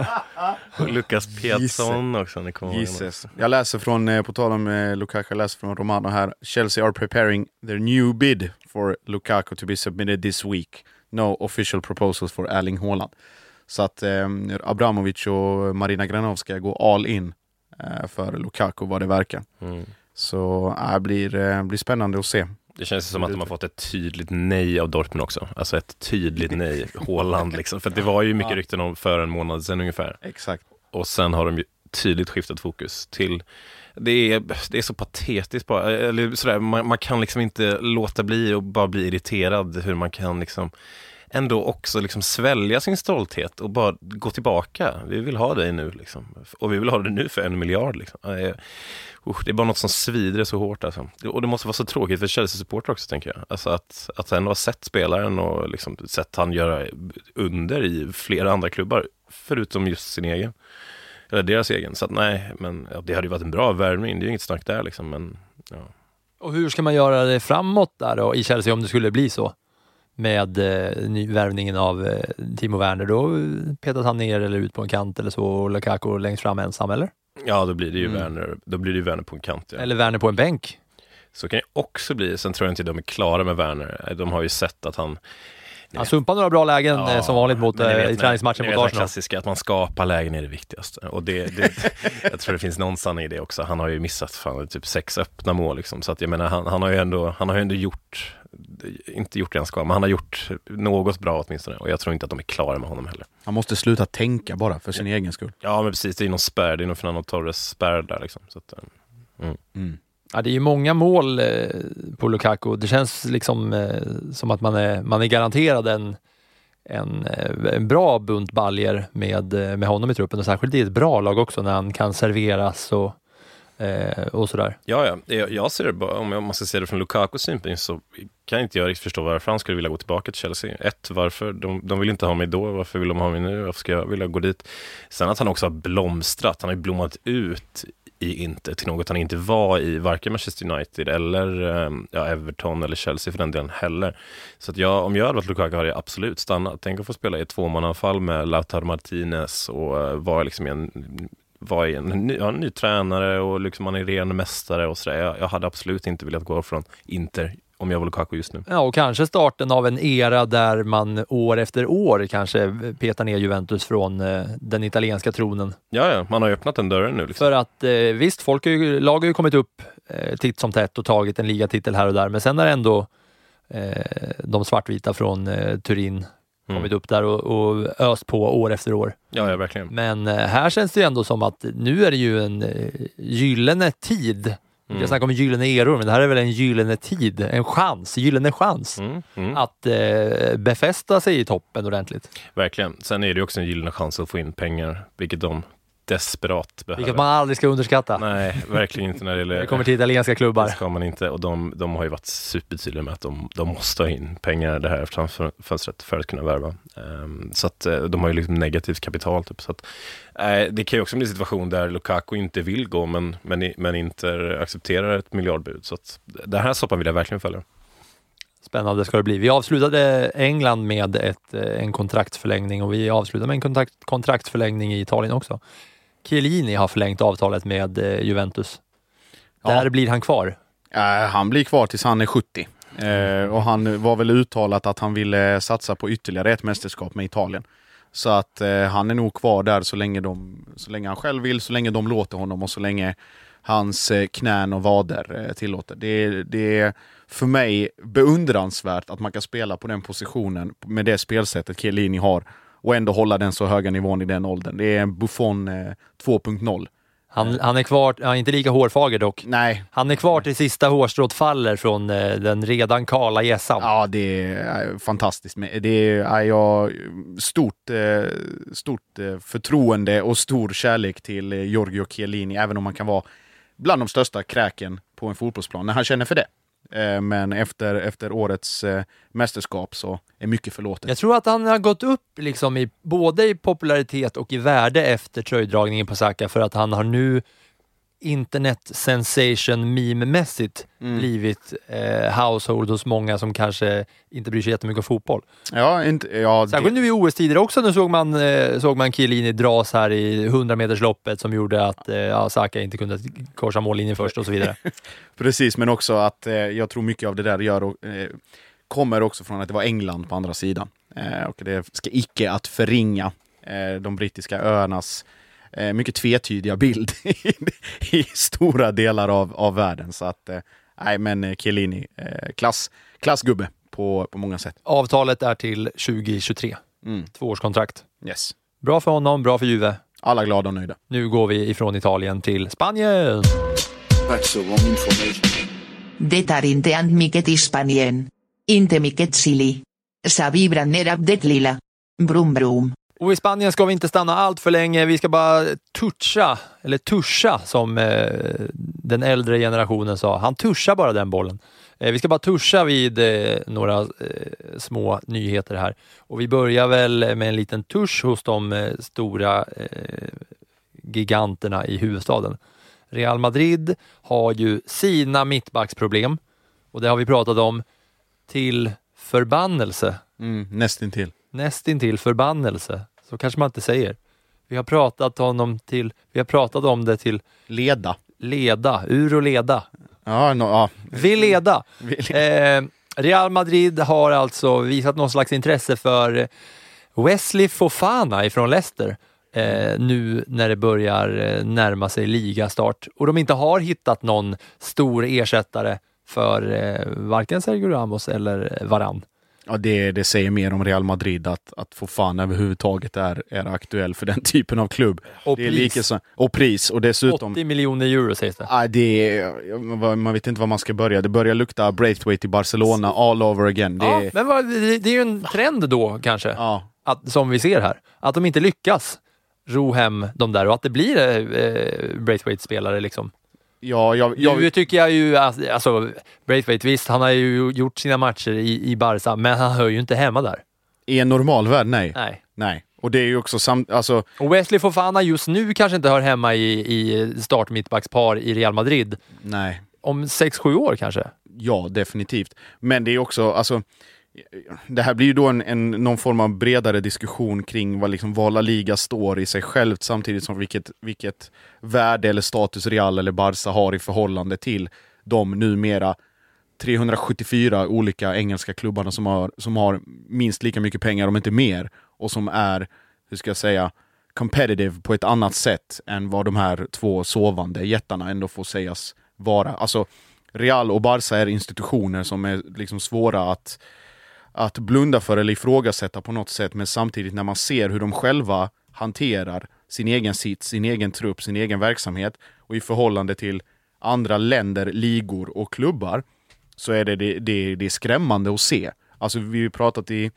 Och Lukas Piazzon också. Ni kommer Jesus. Jag läser från, eh, på tal om eh, Lukaku, jag läser från Romano här. Chelsea are preparing their new bid for Lukaku to be submitted this week. No official proposals for Erling Haaland. Så att eh, Abramovic och Marina Granovska går all in eh, för Lukaku vad det verkar. Mm. Så det äh, blir, eh, blir spännande att se. Det känns som att de har fått ett tydligt nej av Dortmund också. Alltså ett tydligt nej. Haaland liksom. För det var ju mycket rykten om för en månad sedan ungefär. Exakt. Och sen har de ju tydligt skiftat fokus till... Det är, det är så patetiskt bara. Eller sådär, man, man kan liksom inte låta bli och bara bli irriterad hur man kan liksom... ändå också liksom svälja sin stolthet och bara gå tillbaka. Vi vill ha dig nu liksom. Och vi vill ha det nu för en miljard liksom. Det är bara något som svider så hårt alltså. Och det måste vara så tråkigt för Chelsea-supporter också, tänker jag. Alltså att, att ändå ha sett spelaren och liksom sett han göra under i flera andra klubbar förutom just sin egen. Eller deras egen. Så att nej, men ja, det hade ju varit en bra värvning. Det är ju inget snack där liksom. Men, ja. Och hur ska man göra det framåt där då i Chelsea om det skulle bli så? Med eh, nyvärvningen av eh, Timo Werner, då petas han ner eller ut på en kant eller så, och Lukaku längst fram ensam, eller? Ja, då blir det ju mm. Werner, då blir det ju Werner på en kant. Ja. Eller Werner på en bänk. Så kan det också bli. Sen tror jag inte de är klara med Werner. De har ju sett att han... Han sumpar några bra lägen ja, som vanligt mot, vet, i träningsmatchen mot Arsenal. Det klassiska, att man skapar lägen är det viktigaste. Och det, det, jag tror det finns någon sanning i det också. Han har ju missat fan, typ sex öppna mål. Liksom. Så att jag menar, han, han, har ju ändå, han har ju ändå gjort, inte gjort det han ska, men han har gjort något bra åtminstone. Och jag tror inte att de är klara med honom heller. Han måste sluta tänka bara för sin ja. egen skull. Ja, men precis. Det är någon spärr. Det är någon Fernando Torres spärr där. Liksom. Så att, mm. Mm. Ja, det är ju många mål eh, på Lukaku. Det känns liksom eh, som att man är, man är garanterad en En, en bra bunt baljer med, med honom i truppen, och särskilt i ett bra lag också när han kan serveras och, eh, och sådär. Ja, ja. Jag, jag ser det bara, om jag måste se det från Lukakus synpunkt, så kan inte jag riktigt förstå varför han skulle vilja gå tillbaka till Chelsea. Ett, varför? De, de vill inte ha mig då, varför vill de ha mig nu? Varför ska jag vilja gå dit? Sen att han också har blomstrat, han har ju blommat ut i Inter till något han inte var i varken Manchester United eller ja, Everton eller Chelsea för den delen heller. Så att jag, om jag hade varit Lukaku hade jag absolut stannat. Tänk att få spela i ett tvåmananfall med Lautaro Martinez och vara liksom en, var en, ny, ja, en ny tränare och liksom man är ren mästare och sådär. Jag, jag hade absolut inte velat gå från Inter om jag var Lukaku just nu. Ja, och kanske starten av en era där man år efter år kanske petar ner Juventus från eh, den italienska tronen. Ja, ja, man har ju öppnat den dörren nu. Liksom. För att eh, visst, folk har ju, lag har ju kommit upp eh, titt som tätt och tagit en ligatitel här och där, men sen är ändå eh, de svartvita från eh, Turin kommit mm. upp där och, och öst på år efter år. Ja, ja, verkligen. Men eh, här känns det ju ändå som att nu är det ju en eh, gyllene tid. Mm. Jag snackar om gyllene eror, men det här är väl en gyllene tid, en chans, gyllene chans mm. Mm. att eh, befästa sig i toppen ordentligt. Verkligen. Sen är det också en gyllene chans att få in pengar, vilket de desperat behöver. Vilket man aldrig ska underskatta. Nej, verkligen inte när det gäller... Det kommer till italienska klubbar. Det ska man inte, och de, de har ju varit supertydliga med att de, de måste ha in pengar det här fönstret för att kunna värva. Um, så att de har ju liksom negativt kapital typ. Så att, uh, det kan ju också bli en situation där Lukaku inte vill gå, men, men, men inte accepterar ett miljardbud. Så att det här soppan vill jag verkligen följa. Spännande ska det bli. Vi avslutade England med ett, en kontraktsförlängning, och vi avslutade med en kontrakt, kontraktsförlängning i Italien också. Chiellini har förlängt avtalet med eh, Juventus. Ja. Där blir han kvar. Äh, han blir kvar tills han är sjuttio. Eh, och han var väl uttalat att han ville satsa på ytterligare ett mästerskap med Italien. Så att eh, han är nog kvar där så länge, de, så länge han själv vill, så länge de låter honom och så länge hans eh, knän och vader eh, tillåter. Det, det är för mig beundransvärt att man kan spela på den positionen med det spelsättet Chiellini har och ändå hålla den så höga nivån i den åldern. Det är en Buffon eh, två punkt noll. Han, han är kvar, ja, inte lika hårfager dock. Nej. Han är kvar till sista hårstrået faller från eh, den redan kala gässan. Ja, det är fantastiskt. Det är ja, stort, eh, stort eh, förtroende och stor kärlek till eh, Giorgio Chiellini, även om man kan vara bland de största kräken på en fotbollsplan när han känner för det. Men efter, efter årets eh, mästerskap så är mycket förlåtet. Jag tror att han har gått upp liksom i, både i popularitet och i värde efter tröjdragningen på Saka, för att han har nu internet sensation meme-mässigt Mm. blivit eh, household hos många som kanske inte bryr sig jättemycket om fotboll. Ja, inte, ja, Särskilt det, nu i O S-tider också. Nu såg man, eh, såg man Chiellini dras här i hundra-metersloppet som gjorde att eh, ja, Saka inte kunde korsa mållinjen först och så vidare. precis, men också att eh, jag tror mycket av det där gör, eh, kommer också från att det var England på andra sidan. Eh, och det ska icke att förringa eh, de brittiska öarnas eh, mycket tvetydiga bild i, i stora delar av, av världen. Så att, eh, nej men Chiellini, eh, klass, klassgubbe på, på många sätt. Avtalet är till tjugo tjugotre. Mm. Tvåårskontrakt. Yes. Bra för honom, bra för Juve. Alla glada och nöjda. Nu går vi ifrån Italien till Spanien. That's the wrong information. Det är inte and mycket i Spanien. Inte mycket silly. Sa vibran ner av det lilla. Brum brum. Och i Spanien ska vi inte stanna allt för länge. Vi ska bara toucha, eller tuscha som eh, den äldre generationen sa. Han tuschar bara den bollen. Eh, vi ska bara tuscha vid eh, några eh, små nyheter här. Och vi börjar väl med en liten tusch hos de eh, stora eh, giganterna i huvudstaden. Real Madrid har ju sina mittbacksproblem. Och det har vi pratat om till förbannelse. Mm, nästintill. Nästintill förbannelse. Så kanske man inte säger. Vi har pratat om, till, vi har pratat om det till Leda. leda, ur och leda. Ja, no, ja. Vi leda. Vi leda. Eh, Real Madrid har alltså visat någon slags intresse för Wesley Fofana ifrån Leicester. Eh, nu när det börjar närma sig ligastart. Och de inte har hittat någon stor ersättare för eh, varken Sergio Ramos eller Varane. Ja, det, det säger mer om Real Madrid att, att få fan överhuvudtaget är, är aktuell för den typen av klubb. Och det är pris. Lika så, och pris. Och dessutom... åttio miljoner euro sägs det. Ja, det är, man vet inte var man ska börja. Det börjar lukta Braithwaite i Barcelona all over again. Det, Ja, men vad, det, det är ju en trend då kanske. ja. Att, som vi ser här. Att de inte lyckas ro hem de där och att det blir eh, Braithwaite-spelare liksom. Ja, jag, jag, Nu tycker jag ju, alltså Braithwaite, visst han har ju gjort sina matcher i, i Barca, men han hör ju inte hemma där. I en normal värld, nej. Nej. Nej. Och det är ju också samt, alltså... Och Wesley Fofana just nu kanske inte hör hemma i, i startmittbackspar i Real Madrid. Nej. Om sex sju år kanske. Ja, definitivt. Men det är också, alltså... Det här blir ju då en, en, någon form av bredare diskussion kring vad, liksom, vad La Liga står i sig självt, samtidigt som vilket, vilket värde eller status Real eller Barca har i förhållande till de numera trehundrasjuttiofyra olika engelska klubbarna som har, som har minst lika mycket pengar, om inte mer, och som är, hur ska jag säga, competitive på ett annat sätt än vad de här två sovande jättarna ändå får sägas vara. Alltså, Real och Barca är institutioner som är liksom svåra att att blunda för eller ifrågasätta på något sätt, men samtidigt när man ser hur de själva hanterar sin egen sits, sin egen trupp, sin egen verksamhet och i förhållande till andra länder, ligor och klubbar, så är det, det, det, det är skrämmande att se. Alltså vi har pratat i,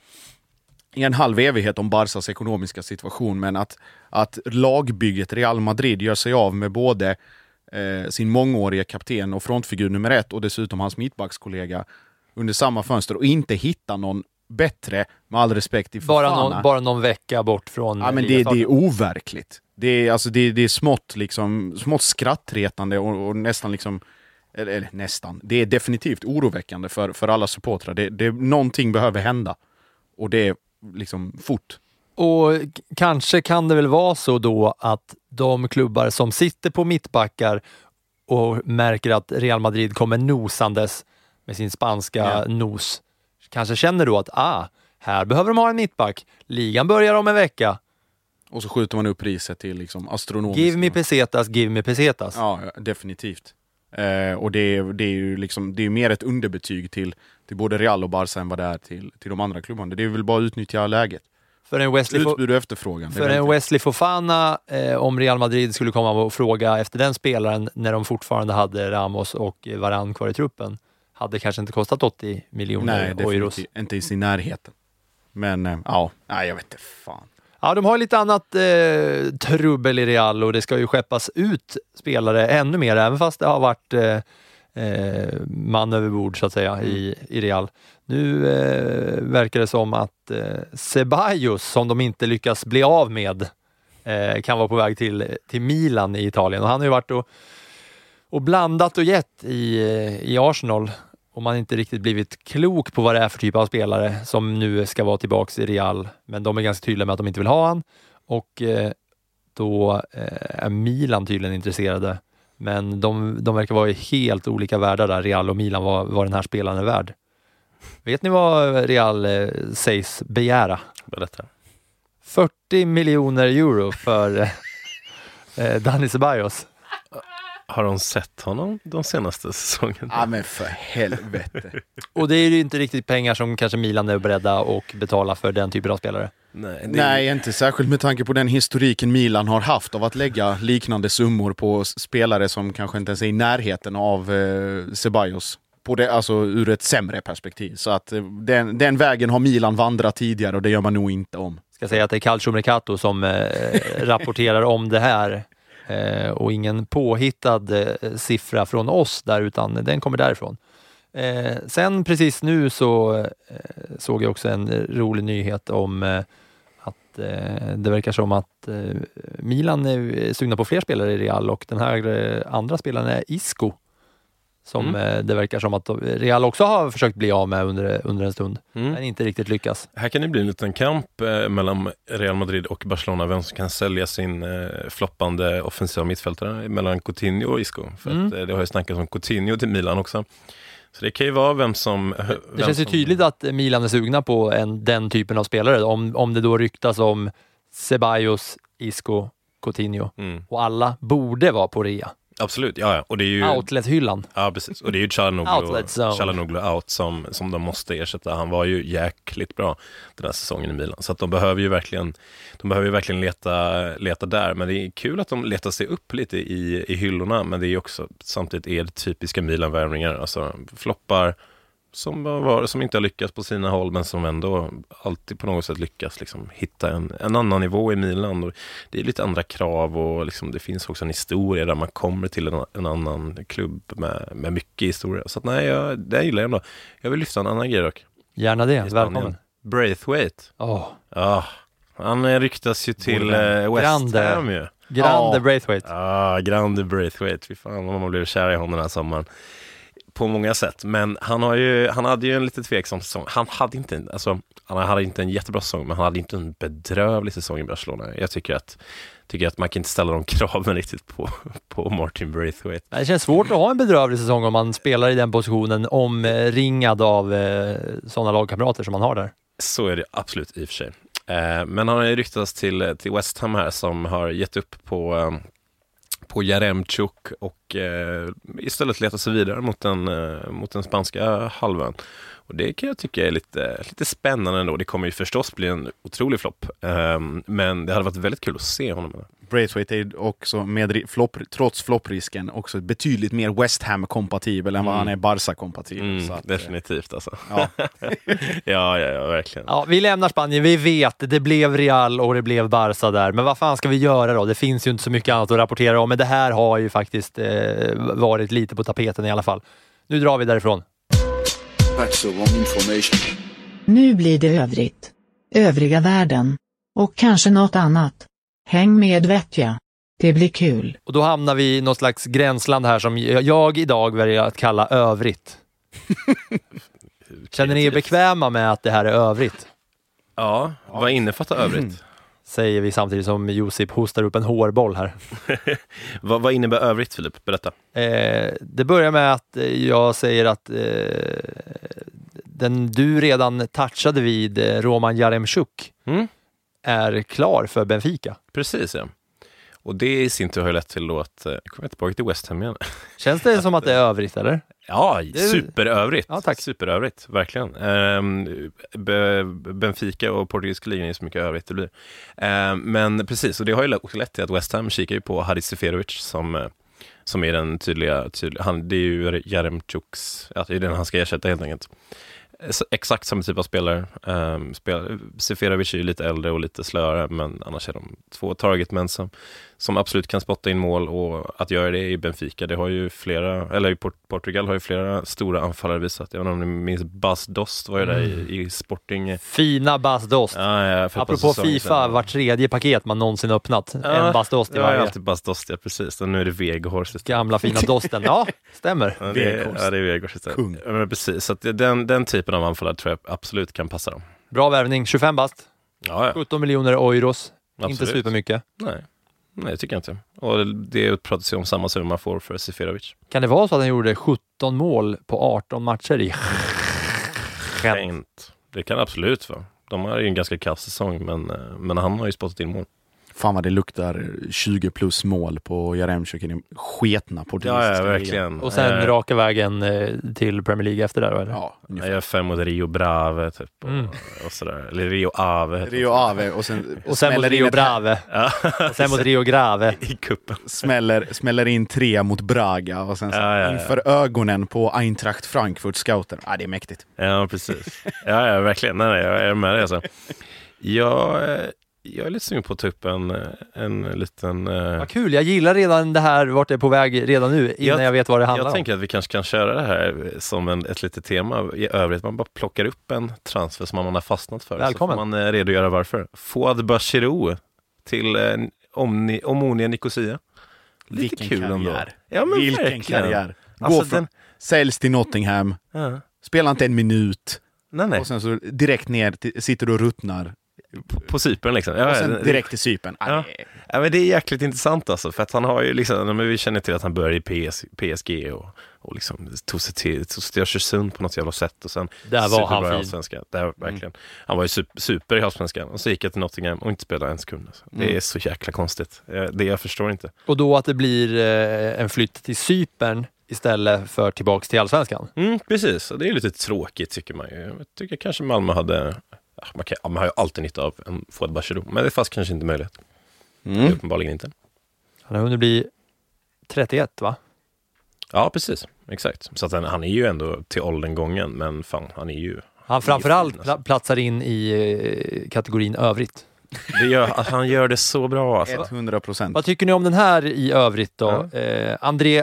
i en halv evighet om Barcas ekonomiska situation, men att, att lagbygget Real Madrid gör sig av med både eh, sin mångåriga kapten och frontfigur nummer ett och dessutom hans mittbackskollega under samma fönster och inte hitta någon bättre, med all respekt i bara någon, bara någon vecka bort från... Ja, men det, det är overkligt. Det är, alltså, det, det är smått, liksom, smått skrattretande och, och nästan liksom... Eller, eller nästan. Det är definitivt oroväckande för, för alla supportrar. Det, det, någonting behöver hända. Och det är liksom fort. Och k- kanske kan det väl vara så då att de klubbar som sitter på mittbackar och märker att Real Madrid kommer nosandes med sin spanska ja. nos, kanske känner då att ah, här behöver de ha en mittback. Ligan börjar om en vecka. Och så skjuter man upp priset till liksom astronomiskt. Give me pesetas, give me pesetas. Ja, definitivt. Eh, och det är, det är ju liksom, det är mer ett underbetyg till, till både Real och Barca än vad det är till, till de andra klubbarna. Det är väl bara att utnyttja läget. För en Wesley, Utbud och efterfrågan. för en Wesley Fofana, eh, om Real Madrid skulle komma och fråga efter den spelaren när de fortfarande hade Ramos och Varane kvar i truppen, hade kanske inte kostat åttio miljoner Nej, euros. Inte i sin närhet. Men eh, ja, nej, jag vet inte fan. Ja, de har lite annat eh, trubbel i Real och det ska ju skeppas ut spelare ännu mer, även fast det har varit eh, eh, man över bord så att säga mm. i, i Real. Nu eh, verkar det som att eh, Ceballos, som de inte lyckas bli av med, eh, kan vara på väg till, till Milan i Italien. Och han har ju varit och Och blandat och gett i, i Arsenal. Och man inte riktigt blivit klok på vad det är för typ av spelare som nu ska vara tillbaka i Real. Men de är ganska tydliga med att de inte vill ha han. Och eh, då eh, är Milan tydligen intresserade. Men de, de verkar vara i helt olika världar där, Real och Milan, vad, vad den här spelaren är värd. Vet ni vad Real eh, sägs begära? Berätta. fyrtio miljoner euro för eh, Dani Ceballos. Har de sett honom de senaste säsongerna? Ja, men för helvete. Och det är ju inte riktigt pengar som kanske Milan är beredda att betala för den typen av spelare. Nej, det... Nej, inte särskilt med tanke på den historiken Milan har haft av att lägga liknande summor på spelare som kanske inte ens är i närheten av eh, Ceballos. På det, alltså ur ett sämre perspektiv. Så att eh, den, den vägen har Milan vandrat tidigare och det gör man nog inte om. Ska säga att det är Calcio Mercato som eh, rapporterar om det här. Eh, och ingen påhittad eh, siffra från oss där, utan den kommer därifrån. Eh, sen precis nu så eh, såg jag också en rolig nyhet om eh, att eh, det verkar som att eh, Milan är sugna på fler spelare i Real, och den här eh, andra spelaren är Isco. Som mm. eh, det verkar som att Real också har försökt bli av med under, under en stund. Mm. Men inte riktigt lyckas. Här kan det bli en liten kamp eh, mellan Real Madrid och Barcelona. Vem som kan sälja sin eh, floppande offensiva mittfältare mellan Coutinho och Isco. För mm. att, eh, det har ju snackats om Coutinho till Milan också. Så det kan ju vara vem som... Vem det känns ju som... tydligt att Milan är sugna på en, den typen av spelare. Om, om det då ryktas om Ceballos, Isco, Coutinho. Mm. Och alla borde vara på rea. Absolut, ja, ja. Och det är ju outlet-hyllan. Ja, precis. Och det är ju Çalhanoğlu out som, som de måste ersätta. Han var ju jäkligt bra den här säsongen i Milan. Så att de behöver ju verkligen de behöver ju verkligen leta, leta där. Men det är kul att de letar sig upp lite i, i hyllorna. Men det är ju också samtidigt är det typiska Milan-värvningar. Alltså floppar som, var, som inte har lyckats på sina håll, men som ändå alltid på något sätt lyckas liksom hitta en, en annan nivå i Milan. Och det är lite andra krav, och liksom det finns också en historia där man kommer till en, en annan klubb med, med mycket historia. Så att nej, jag, det gillar jag ändå. Jag vill lyfta en annan grej dock. Gärna det, välkommen. Braithwaite. Oh. Ja, han ryktas ju till eh, West Grande. Ham ju. Grande oh. Braithwaite. Ja, Grande Braithwaite. Fy fan vad man blev kär i honom den här sommaren. På många sätt, men han har ju han hade ju en lite tveksam säsong. Han hade inte alltså han hade inte en jättebra säsong, men han hade inte en bedrövlig säsong i Barcelona. Jag tycker att tycker att man kan inte ställa de kraven riktigt på på Martin Braithwaite. Det känns svårt att ha en bedrövlig säsong om man spelar i den positionen, omringad av eh, sådana lagkamrater som man har där. Så är det absolut i och för sig. Eh, men han har ju ryktats till till West Ham här, som har gett upp på eh, på Yaremchuk och eh, istället leta sig vidare mot den, eh, mot den spanska halvön. Och det kan jag tycka är lite, lite spännande ändå. Det kommer ju förstås bli en otrolig flopp. Eh, men det hade varit väldigt kul att se honom. Braithwaite är också, med flopp, trots flopprisken, också betydligt mer West Ham-kompatibel än vad Mm. han är Barca-kompatibel. Mm, så att, definitivt alltså. Ja. ja, ja, ja, verkligen. Ja, vi lämnar Spanien. Vi vet, det blev Real och det blev Barca där. Men vad fan ska vi göra då? Det finns ju inte så mycket annat att rapportera om. Men det här har ju faktiskt eh, varit lite på tapeten i alla fall. Nu drar vi därifrån. That's the wrong information. Nu blir det övrigt. Övriga världen. Och kanske något annat. Häng med, vet jag. Det blir kul. Och då hamnar vi i något slags gränsland här som jag idag väljer att kalla övrigt. Känner ni er bekväma med att det här är övrigt? Ja, vad innefattar övrigt? Säger vi samtidigt som Josip hostar upp en hårboll här. vad, vad innebär övrigt, Filip? Berätta. Eh, det börjar med att jag säger att eh, den du redan touchade vid, eh, Roman Yaremchuk, mm. är klar för Benfica. Precis, ja. Och det i sin tur har lett till då att jag kommer tillbaka till West Ham igen. Känns det som att det är övrigt, eller? Ja, superövrigt. Ja, tack. Superövrigt, verkligen. Um, Benfica och portugisiska ligan är så mycket övrigt det blir. Um, men precis, och det har ju också lett till att West Ham kikar ju på Haris Seferovic som, som är den tydliga, tydliga han, det är ju Yaremchuks, ja, det är den han ska ersätta helt enkelt. Exakt samma typ av spelare. Um, spelare. Seferovic är ju lite äldre och lite slöare, men annars är de två targetmän som, som absolut kan spotta in mål, och att göra det i Benfica, det har ju flera, eller i Port- Portugal har ju flera stora anfallare visat. Jag vet inte om ni minns Bas Dost var ju där i, i Sporting. Fina Bas Dost. Ja, ja, apropå FIFA, var tredje paket man någonsin öppnat. Ja, en Bas Dost i varje. Ja, alltid Bas Dost, ja, precis. Och nu är det Weghorst. Gamla fina Dosten. Ja, stämmer. Ja, det är, ja, det är Weghorst. Kung. Ja, precis. Så att den, den typen av anfallare tror jag absolut kan passa dem. Bra värvning, tjugofem bast. Ja, ja. sjutton miljoner euros. Absolut. Inte supermycket. Nej. Nej, det tycker jag inte. Och det pratas ju om samma summa man får för Seferovic. Kan det vara så att han gjorde sjutton mål på arton matcher i Gent? Det kan absolut vara. De har ju en ganska kass säsong, men, men han har ju spottat in mål. Fan vad det luktar tjugo plus mål på Jaremchuk i den sketna portugisiska ligan. Ja, ja, verkligen. Och sen eh, raka vägen eh, till Premier League efter där, eller? Ja, jag är fem mot Rio Brave typ, och, mm. och sådär. Eller Rio Ave. Rio Ave och sen, och sen mot Rio Brave. Ja. Och sen mot Rio Grave. I kuppen. Smäller, smäller in tre mot Braga och sen så, ja, ja, ja. inför ögonen på Eintracht Frankfurt scouten. Ja, det är mäktigt. Ja, precis. Ja, ja verkligen. Nej, nej, jag är med det alltså. Jag... Jag är lite sugen på att ta upp en, en liten... Uh... Vad kul, jag gillar redan det här, vart det är på väg redan nu, innan jag, jag vet vad det handlar jag om. Jag tänker att vi kanske kan köra det här som en, ett litet tema i övrigt. Man bara plockar upp en transfer som man har fastnat för. Välkommen. Så får man uh, redogöra varför. Fouad Bachirou till uh, Omni, Omonia Nicosia. Lite Vilken kul karriär. Ändå. Ja, men Vilken verkligen. karriär. Gå alltså, från den... säljs till Nottingham. Uh. Spelar inte en minut. Nej, nej. Och sen så direkt ner, till, sitter och ruttnar. På, på Cypern liksom. Ja, och sen direkt till Cypern. Ja. Ja, men det är jäkligt intressant alltså, för att han har ju liksom, men vi känner till att han började i P S, P S G och, och liksom tog sig till, tog sig till Östersund på något jävla sätt, och sen där var han fin. Allsvenskan. Där, verkligen. Mm. Han var ju super, super i Allsvenskan, och så gick jag till Nottingham och inte spelade en sekund. Alltså. Det mm. är så jäkla konstigt. Det jag förstår inte. Och då att det blir eh, en flytt till Cypern istället för tillbaks till Allsvenskan. Mm, precis, och det är lite tråkigt tycker man ju. Jag tycker kanske Malmö hade... Man, kan, man har ju alltid nytta av en Fouad Bachirou, men det är fast kanske inte möjligt. Mm. Det är uppenbarligen inte. Han har hunnit bli trettioett, va? Ja, precis. Exakt. Så att han, han är ju ändå till åldern gången, men fan, han är ju... Han framförallt pla- platsar in i eh, kategorin övrigt. Det gör, han gör det så bra. Alltså. hundra procent. Vad tycker ni om den här i övrigt då? Ja. Eh, André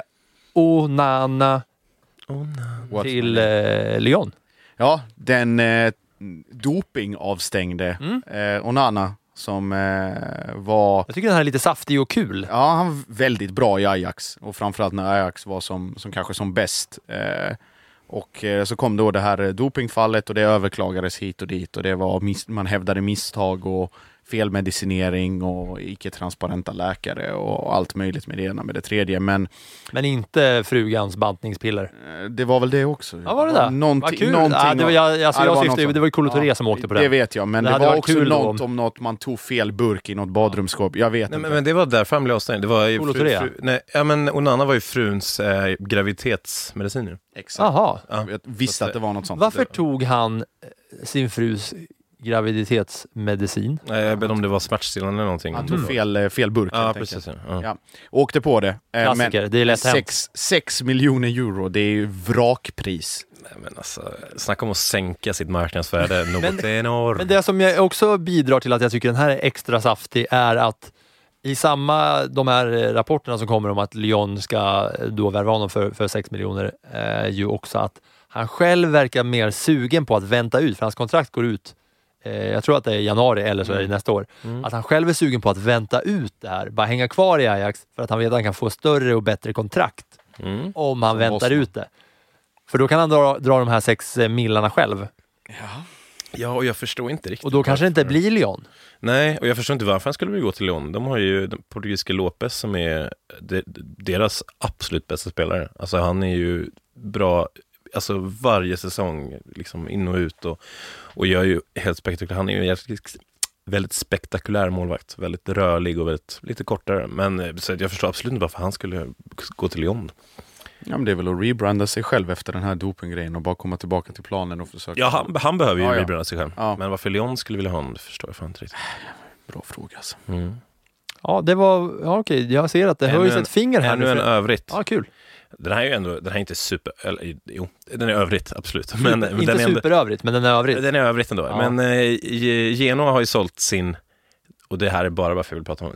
Onana, Onana. till eh, Lyon. Ja, den... Eh, dopingavstängde mm. eh, Onana som eh, var... Jag tycker den här är lite saftig och kul. Ja, han var väldigt bra i Ajax, och framförallt när Ajax var som, som kanske som bäst. Eh, och eh, så kom då det här dopingfallet, och det överklagades hit och dit, och det var miss- man hävdade misstag och felmedicinering och icke-transparenta läkare och allt möjligt med det ena med det tredje. Men, men inte frugans bantningspiller. Det var väl det också. Ja, var det där? Någonting, kul. någonting ja, det var, jag, alltså, ja, jag det, var syftade, det var ju Kolo Touré ja, som åkte på det. det. Det vet jag, men det, det var också något om... om något man tog fel burk i något badrumsskåp. Jag vet nej, inte. Men, men det var därför han blev avstängd. Det var ju Kolo fru, Touré. Fru, nej, ja, men Onana var ju fruns eh, graviditetsmedicin nu. Exakt. Aha. Ja. Jag visste att det var något sånt. Varför tog han sin frus graviditetsmedicin? Nej, jag vet om det var smärtstillande eller någonting. Han tog fel, fel burk. Ja, precis. Ja. Ja. Ja. Åkte på det. Klassiker, men det är lätt sex, sex miljoner euro, det är ju vrakpris. Nej, men alltså, snacka om att sänka sitt marknadsvärde något enormt. Men det som jag också bidrar till att jag tycker den här är extra saftig är att i samma, de här rapporterna som kommer om att Lyon ska då värva honom för, för sex miljoner, är ju också att han själv verkar mer sugen på att vänta ut, för hans kontrakt går ut jag tror att det är januari eller så är det mm. nästa år. Mm. Att han själv är sugen på att vänta ut det här. Bara hänga kvar i Ajax för att han vet att han kan få större och bättre kontrakt mm. om han Som väntar Bosman. ut det. För då kan han dra, dra de här sex millarna själv. Ja. Ja, och jag förstår inte riktigt. Och då kanske det inte blir Lyon. Nej, och jag förstår inte varför han skulle gå till Lyon. De har ju den portugisiska Lopez som är de, deras absolut bästa spelare. Alltså han är ju bra alltså varje säsong liksom in och ut och, och gör ju helt spektakulär. Han är ju väldigt spektakulär målvakt, väldigt rörlig och väldigt lite kortare, men så jag förstår absolut inte varför han skulle gå till Lyon. Ja, men det är väl att rebranda sig själv efter den här dopinggrejen och bara komma tillbaka till planen och försöka. Ja, han, han behöver ju ja, ja. rebranda sig själv. Ja. Men varför Lyon skulle vilja ha honom, det förstår jag fan inte riktigt. Bra fråga alltså. Mm. Ja, det var, ja okej, jag ser att det höjs ett finger här nu. En övrigt. Ja, kul. Den här är ju ändå, den här är inte super, eller jo, den är övrigt, absolut. Men, men inte den är superövrigt, men den är övrigt. Den är övrigt ändå. Ja. Men eh, Genoa har ju sålt sin, och det här är bara varför jag vill prata om sin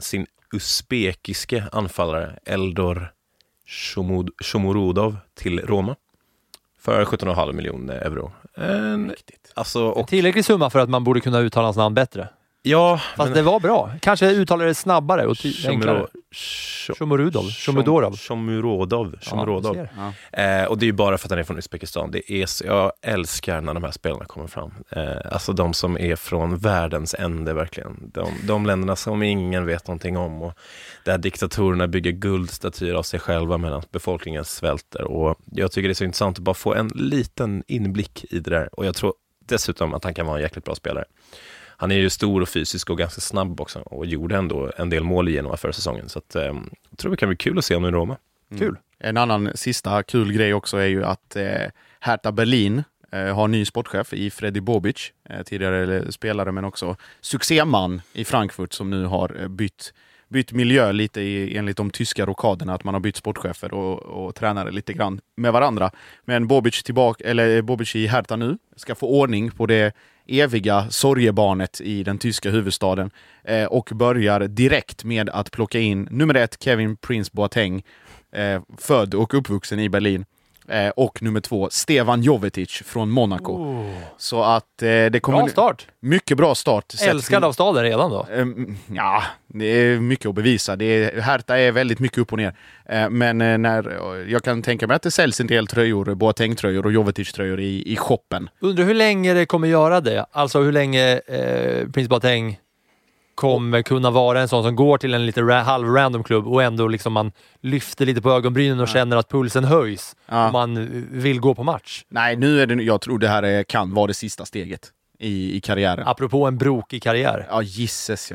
usbekiske anfallare Eldor Shomod- Shomurodov till Roma för sjutton komma fem miljoner euro. En, alltså, och, tillräcklig summa för att man borde kunna uttala hans namn bättre. Ja, fast men, det var bra. Kanske uttalar det snabbare och ty- enklare. Shomurodov. Shomurodov. Shomurodov. Shomurodov. Ja, eh, och det är ju bara för att han är från Uzbekistan. Det är så, jag älskar när de här spelarna kommer fram. Eh, alltså de som är från världens ände verkligen. De, de länderna som ingen vet någonting om. Och där diktatorerna bygger guldstatyer av sig själva medan befolkningen svälter. Och jag tycker det är så intressant att bara få en liten inblick i det där. Och jag tror dessutom att han kan vara en jäkligt bra spelare. Han är ju stor och fysisk och ganska snabb också och gjorde ändå en del mål igenom förra säsongen. Så att, eh, jag tror det kan bli kul att se honom i Roma. Mm. Kul. En annan sista kul grej också är ju att eh, Hertha Berlin eh, har ny sportchef i Freddy Bobic, eh, tidigare spelare men också succéman i Frankfurt som nu har bytt, bytt miljö lite i, enligt de tyska rockaderna, att man har bytt sportchefer och, och tränare lite grann med varandra. Men Bobic tillbaka, eller Bobic i Hertha nu ska få ordning på det eviga sorgebarnet i den tyska huvudstaden eh, och börjar direkt med att plocka in nummer ett Kevin Prince Boateng, eh, född och uppvuxen i Berlin, eh, och nummer två Stevan Jovetic från Monaco. Oh. Så att eh, det kommer... Bra start! Mycket bra start. Älskad av staden redan då? Eh, ja, det är mycket att bevisa. Det är, Hertha är väldigt mycket upp och ner. Eh, men eh, när, jag kan tänka mig att det säljs en del tröjor, Boateng-tröjor och Jovetic-tröjor i, i shoppen. Undrar hur länge det kommer göra det? Alltså hur länge eh, Prince Boateng kommer kunna vara en sån som går till en lite ra- halv-random klubb och ändå liksom man lyfter lite på ögonbrynen och ja. känner att pulsen höjs ja. och man vill gå på match. Nej, nu är det, jag tror det här är, kan vara det sista steget i, i karriären. Apropå en brokig karriär. Ja, gisses ja.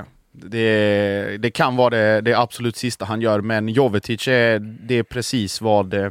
Det, det kan vara det, det absolut sista han gör, men Jovetic är, det är precis vad...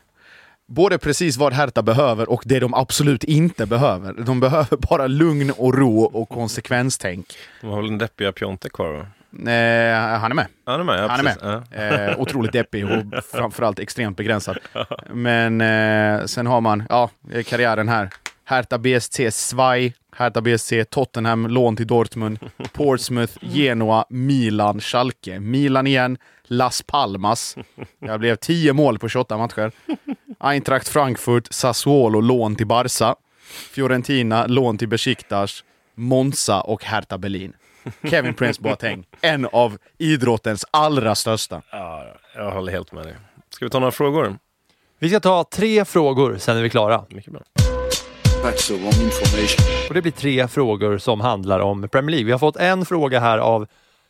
Både precis vad Hertha behöver och det de absolut inte behöver. De behöver bara lugn och ro och konsekvenstänk. De har väl en deppiga Piontek kvar va? Eh, han är med. Han är med, ja, han är med. Ja. Eh, otroligt deppig och framförallt extremt begränsad. Men eh, sen har man ja, karriären här. Hertha B S C Svaj, Hertha B S C, Tottenham, lån till Dortmund, Portsmouth, Genoa, Milan, Schalke, Milan igen, Las Palmas. Jag blev tio mål på tjugoåtta matcher. Eintracht Frankfurt, Sassuolo, lån till Barca, Fiorentina, lån till Besiktas, Monza och Hertha Berlin. Kevin Prince Boateng, en av idrottens allra största. Ja, jag håller helt med dig. Ska vi ta några frågor? Vi ska ta tre frågor, sen är vi klara. Mycket bra. Och det blir tre frågor som handlar om Premier League. Vi har fått en fråga här av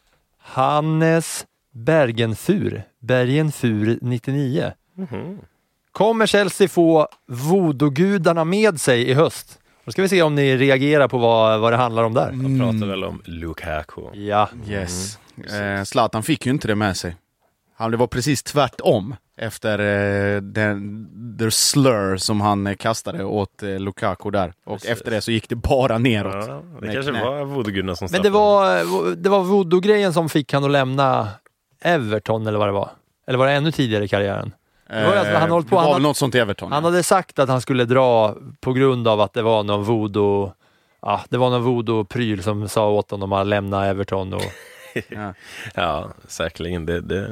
Hannes Bergenfur, Bergenfur nittionio. Mm-hmm. Kommer Chelsea få voodoo-gudarna med sig i höst? Då ska vi se om ni reagerar på vad, vad det handlar om där. De pratar väl om Lukaku. Ja. Yes. Mm. Eh, Zlatan fick ju inte det med sig. Han, det var precis tvärtom efter eh, den the slur som han kastade åt eh, Lukaku där. Och precis. Efter det så gick det bara neråt. Ja, det kanske knä. var voodoo-gudarna som Men det var, det var voodoo-grejen som fick han att lämna Everton eller vad det var. Eller var det ännu tidigare i karriären? Det var, alltså, han hållit på, det var han, något sånt i Everton. Han hade sagt att han skulle dra på grund av att det var någon voodoo, ja, det var någon voodoo-pryl som sa åt honom att lämna Everton. Och... ja. ja, säkerligen. Det, det,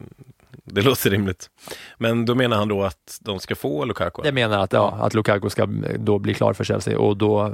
det låter rimligt. Men då menar han då att de ska få Lukaku? Det menar att, ja, att Lukaku ska då bli klar för Chelsea och då...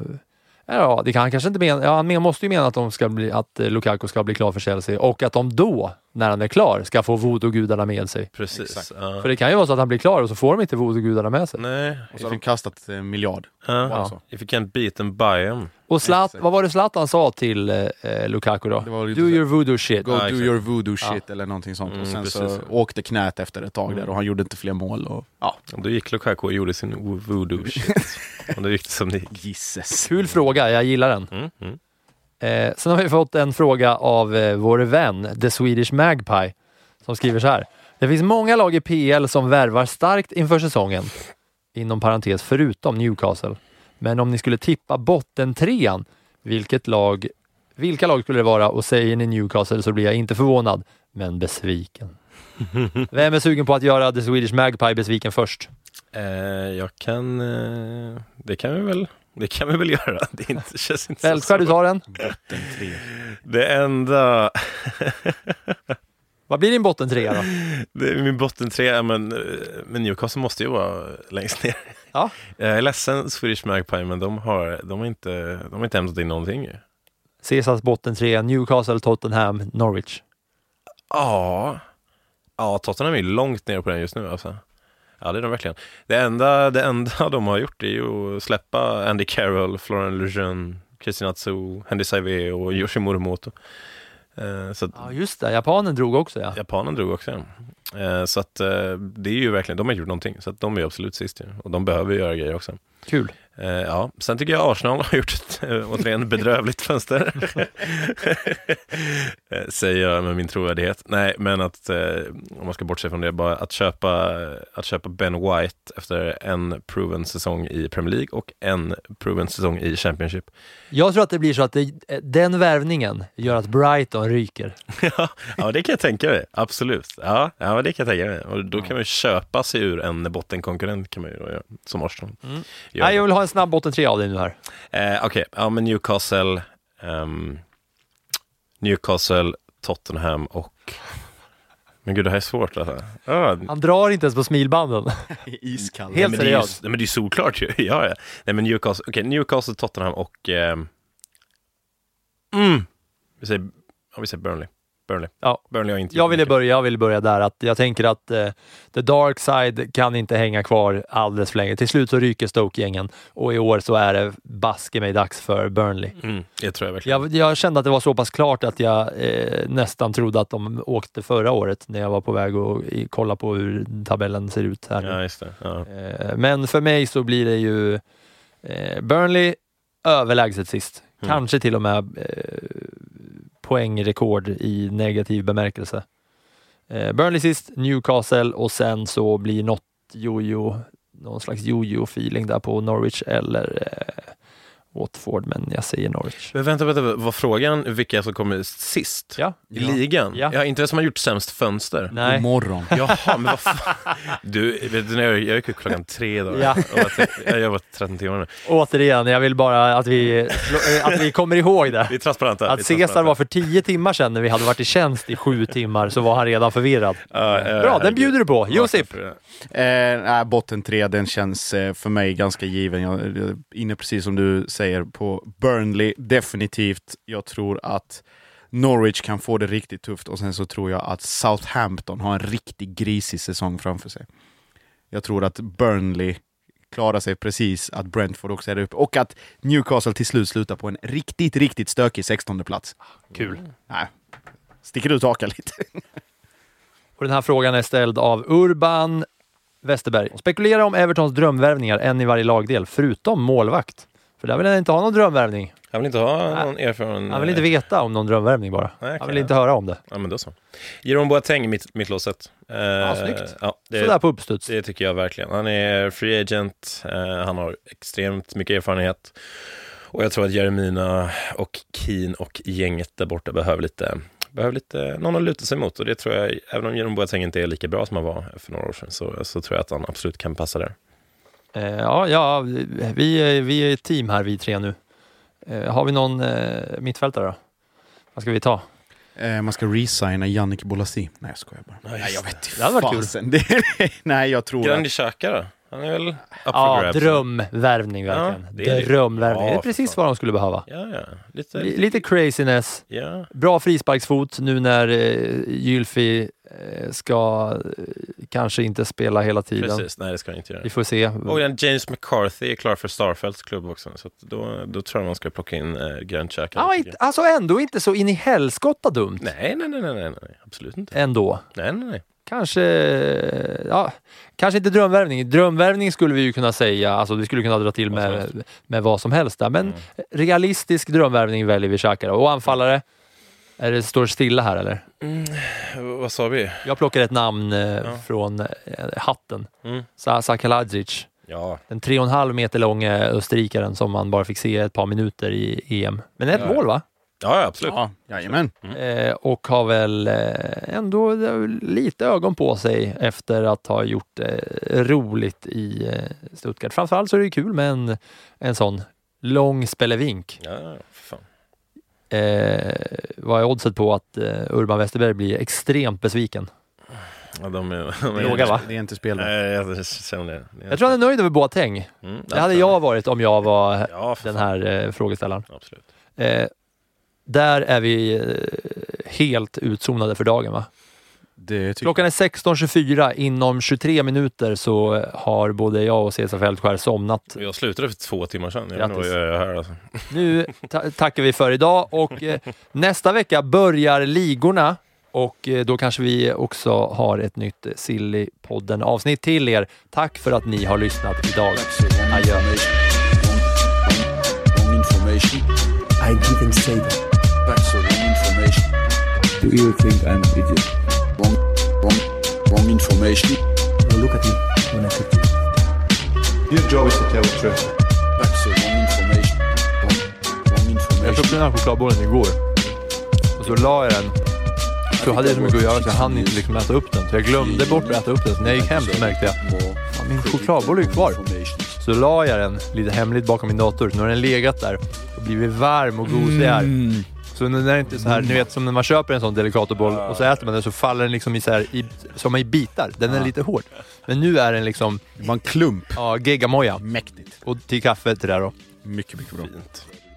Ja, det kan han kanske inte mena. Ja, han måste ju mena att, de ska bli, att Lukaku ska bli klar för Chelsea och att de då, när han är klar, ska få voodoo-gudarna med sig. Precis. Uh. För det kan ju vara så att han blir klar och så får de inte voodoo-gudarna med sig. Nej. Och så har de kastat en miljard. Uh. Ja. If you can't beat them, buy them. Och Zlat, vad var det Zlatan sa till eh, Lukaku då? Do your voodoo shit. Go ah, do exactly. your voodoo shit ja. eller någonting sånt. Mm, och sen precis. så åkte knät efter ett tag där och han gjorde inte fler mål. Och, ja. och då gick Lukaku och gjorde sin voodoo shit. Och då gick det som det gick. Jesus. Kul fråga, jag gillar den. Mm, mm. Eh, sen har vi fått en fråga av eh, vår vän, The Swedish Magpie, som skriver så här. Det finns många lag i P L som värvar starkt inför säsongen. Inom parentes förutom Newcastle. Men om ni skulle tippa bottentrean, vilket lag, vilka lag skulle det vara? Och säger ni Newcastle så blir jag inte förvånad, men besviken. Vem är sugen på att göra The Swedish Magpie besviken först? Eh, jag kan... Eh, det kan vi väl... Det kan vi väl göra. Det är inte, känns inte Välskär, du tar den. Det enda... Vad blir din botten trea då? Det är min botten trea, men, men Newcastle måste ju vara längst ner. Ja. Jag är ledsen, Swedish Magpie, men de har, de har, inte, de har inte hämtat in någonting. Caesars botten trea, Newcastle, Tottenham, Norwich. Ja, ja Tottenham är långt ner på den just nu. Alltså. Ja, det är de verkligen. Det enda, det enda de har gjort är ju att släppa Andy Carroll, Florian Lejeune, Christian Atsu, Henry Saive och Yoshi Morimoto. Eh, så att, ja, just det. Japanen drog också, ja. Japanen drog också, ja. Eh, så att eh, det är ju verkligen, de har gjort någonting. Så att de är absolut sist, ja. Och de behöver göra grejer också. Kul. Eh, ja, sen tycker jag Arsenal har gjort ett äh, återigen bedrövligt fönster. eh, säger jag med min trovärdighet. Nej, men att eh, om man ska bortse från det, bara att köpa, att köpa Ben White efter en proven säsong i Premier League och en proven säsong i Championship. Jag tror att det blir så att det, den värvningen gör att Brighton ryker. ja, ja, det kan jag tänka mig. Absolut. Ja, ja, det kan jag tänka mig. Och då kan man köpa sig ur en bottenkonkurrent, kan man ju göra, som Arsenal. Mm. Nej, jag vill ha en snabb botten tre av dig nu här. Eh, Okej, okay. Ja, men Newcastle, um, Newcastle, Tottenham och... Men gud, det här är svårt. Alltså. Ah. Han drar inte ens på smilbanden. Iskall. Helt nej, seriöst. Nej, men det är solklart ju. ja, ja. Nej, men Newcastle, okay, Newcastle, Tottenham och... Um, mm, vi säger, ja, vi säger Burnley. Burnley. Ja. Burnley har inte jag, ville börja, jag ville börja där. Att jag tänker att uh, The Dark Side kan inte hänga kvar alldeles för länge. Till slut så ryker Stoke-gängen. Och i år så är det baske mig dags för Burnley. Mm, det tror jag verkligen. Jag, jag kände att det var så pass klart att jag eh, nästan trodde att de åkte förra året när jag var på väg att i, kolla på hur tabellen ser ut här. Ja, just det. Ja. Eh, men för mig så blir det ju eh, Burnley överlägset sist. Mm. Kanske till och med eh, poängrekord i negativ bemärkelse. Eh, Burnley sist, Newcastle och sen så blir något jojo, någon slags jojo-feeling där på Norwich eller eh, Watford, men jag säger Norwich. Men vänta, vänta, var frågan vilka som kommer sist? Ja. I ligan? Ja. Ja, inte det som har gjort sämst fönster. Nej. God morgon. Jaha, men vad fan? Du, vet du, jag, jag gick upp klockan tre då. Ja. Jag har jobbat tretton timmar nu. Återigen, jag vill bara att vi, att vi kommer ihåg det. Vi är transparenta. Att Caesar var för tio timmar sedan när vi hade varit i tjänst i sju timmar så var han redan förvirrad. Uh, uh, Bra, den bjuder du på. Josip? Eh, nej, botten tre, den känns eh, för mig ganska given. Jag är inne precis som du säger på Burnley, definitivt. Jag tror att Norwich kan få det riktigt tufft och sen så tror jag att Southampton har en riktigt grisig säsong framför sig. Jag tror att Burnley klarar sig precis, att Brentford också är där uppe och att Newcastle till slut slutar på en riktigt, riktigt stökig sextonde plats. Kul. Nej, sticker ut haka lite. Och den här frågan är ställd av Urban Westerberg. Spekulera om Evertons drömvärvningar, en i varje lagdel, förutom målvakt. För där vill han inte ha någon drömvärvning. Han vill inte ha någon erfaren... Han vill inte veta om någon drömvärvning bara. Nej, han vill inte höra om det. Ja, men då så. Jerome Boateng i mitt, mitt låset. Eh, ja, snyggt. Ja, det, sådär på uppstuds. Det tycker jag verkligen. Han är free agent. Eh, han har extremt mycket erfarenhet. Och jag tror att Jeremina och Keane och gänget där borta behöver lite... behöver lite någon att luta sig mot och det tror jag, även om Jerome Boateng inte är lika bra som han var för några år sedan så, så tror jag att han absolut kan passa där. Eh, ja, ja vi, vi är ett team här vi tre nu. Eh, har vi någon eh, mittfältare då? Vad ska vi ta? Eh, man ska resigna Yannick Bolasie. Nej, jag skojar bara. Nej, Nej, jag vet inte. Det hade varit kul. Det, nej, jag tror Grandi att... Xhaka då? Han är väl up for Ja, grabs. drömvärvning verkligen. Ja, det är det. Drömvärvning. Ja, det är precis fan. vad de skulle behöva. Ja, ja. Lite, L- lite craziness. Ja. Bra frisparksfot nu när eh, Gylfi eh, ska eh, kanske inte spela hela tiden. Precis, nej det ska jag inte göra. Vi får se. Och den James McCarthy är klar för Starfelts klubb också. Så att då, då tror jag man ska plocka in eh, Grandi Xhaka. Ja, inte, alltså ändå inte så in i helskotta dumt. Nej, nej, nej, nej, nej, nej, absolut inte. Ändå. Nej, nej, nej. Kanske, ja, kanske inte drömvärvning. Drömvärvning skulle vi ju kunna säga, alltså vi skulle kunna dra till med, med vad som helst där. Men mm. realistisk drömvärvning väljer vi Xhaka. Och anfallare, är det står stilla här eller? Mm. Vad sa vi? Jag plockar ett namn eh, Ja. från eh, hatten. Mm. Sasa Kaladzic. Ja. Den tre och en halv meter långa österrikaren som man bara fick se ett par minuter i E M. Men ett Ja. mål va? Ja, absolut. Ja, jajamän. Mm. Eh, och har väl eh, ändå lite ögon på sig efter att ha gjort eh, roligt i eh, Stuttgart. Framförallt så är det kul med en, en sån lång spelevink. Ja, för fan. Eh, vad är oddset på att eh, Urban Westerberg blir extremt besviken? Ja, de är, de är, Låga, va? Det är inte spel. Nej, jag känner det. det är Jag tror han är nöjd över Boateng. Mm, det hade jag varit om jag var ja, den här eh, frågeställaren. Absolut. Eh, där är vi eh, helt utzonade för dagen, va? Det Klockan är sexton tjugofyra. Inom tjugotre minuter så har både jag och Cesar Fältskär somnat. Jag slutade för två timmar sedan. Jag Grattis. vet inte vad jag gör här alltså. Nu ta- tackar vi för idag och eh, nästa vecka börjar ligorna och eh, då kanske vi också har ett nytt Sillypodden avsnitt till er. Tack för att ni har lyssnat idag. Adjö. Wrong information. I didn't say that. Facts are wrong information. Do you think I'm an idiot? Wrong, wrong, wrong information. Now look at me when I talk to you. Your job is to tell the truth. Facts are wrong information. Wrong, wrong Jag information. köpte den här chokladbollen igår och så la jag den. Så hade jag så mycket att göra så jag hann inte liksom äta upp den. Så jag glömde bort att äta upp den. Så när jag gick hem så märkte jag att min chokladboll är kvar. Så la jag den lite hemligt bakom min dator. Så nu har den legat där och blivit varm och gosig här. Mm. Så nu är det inte så här, ni vet som när man köper en sån Delicatoboll och så äter man den så faller den liksom i så här, i, som i bitar. Den är Ja. lite hård. Men nu är den liksom... Det var en klump. Ja, geggamoja. Mäktigt. Och till kaffe till det där då. Mycket, mycket bra. Fint.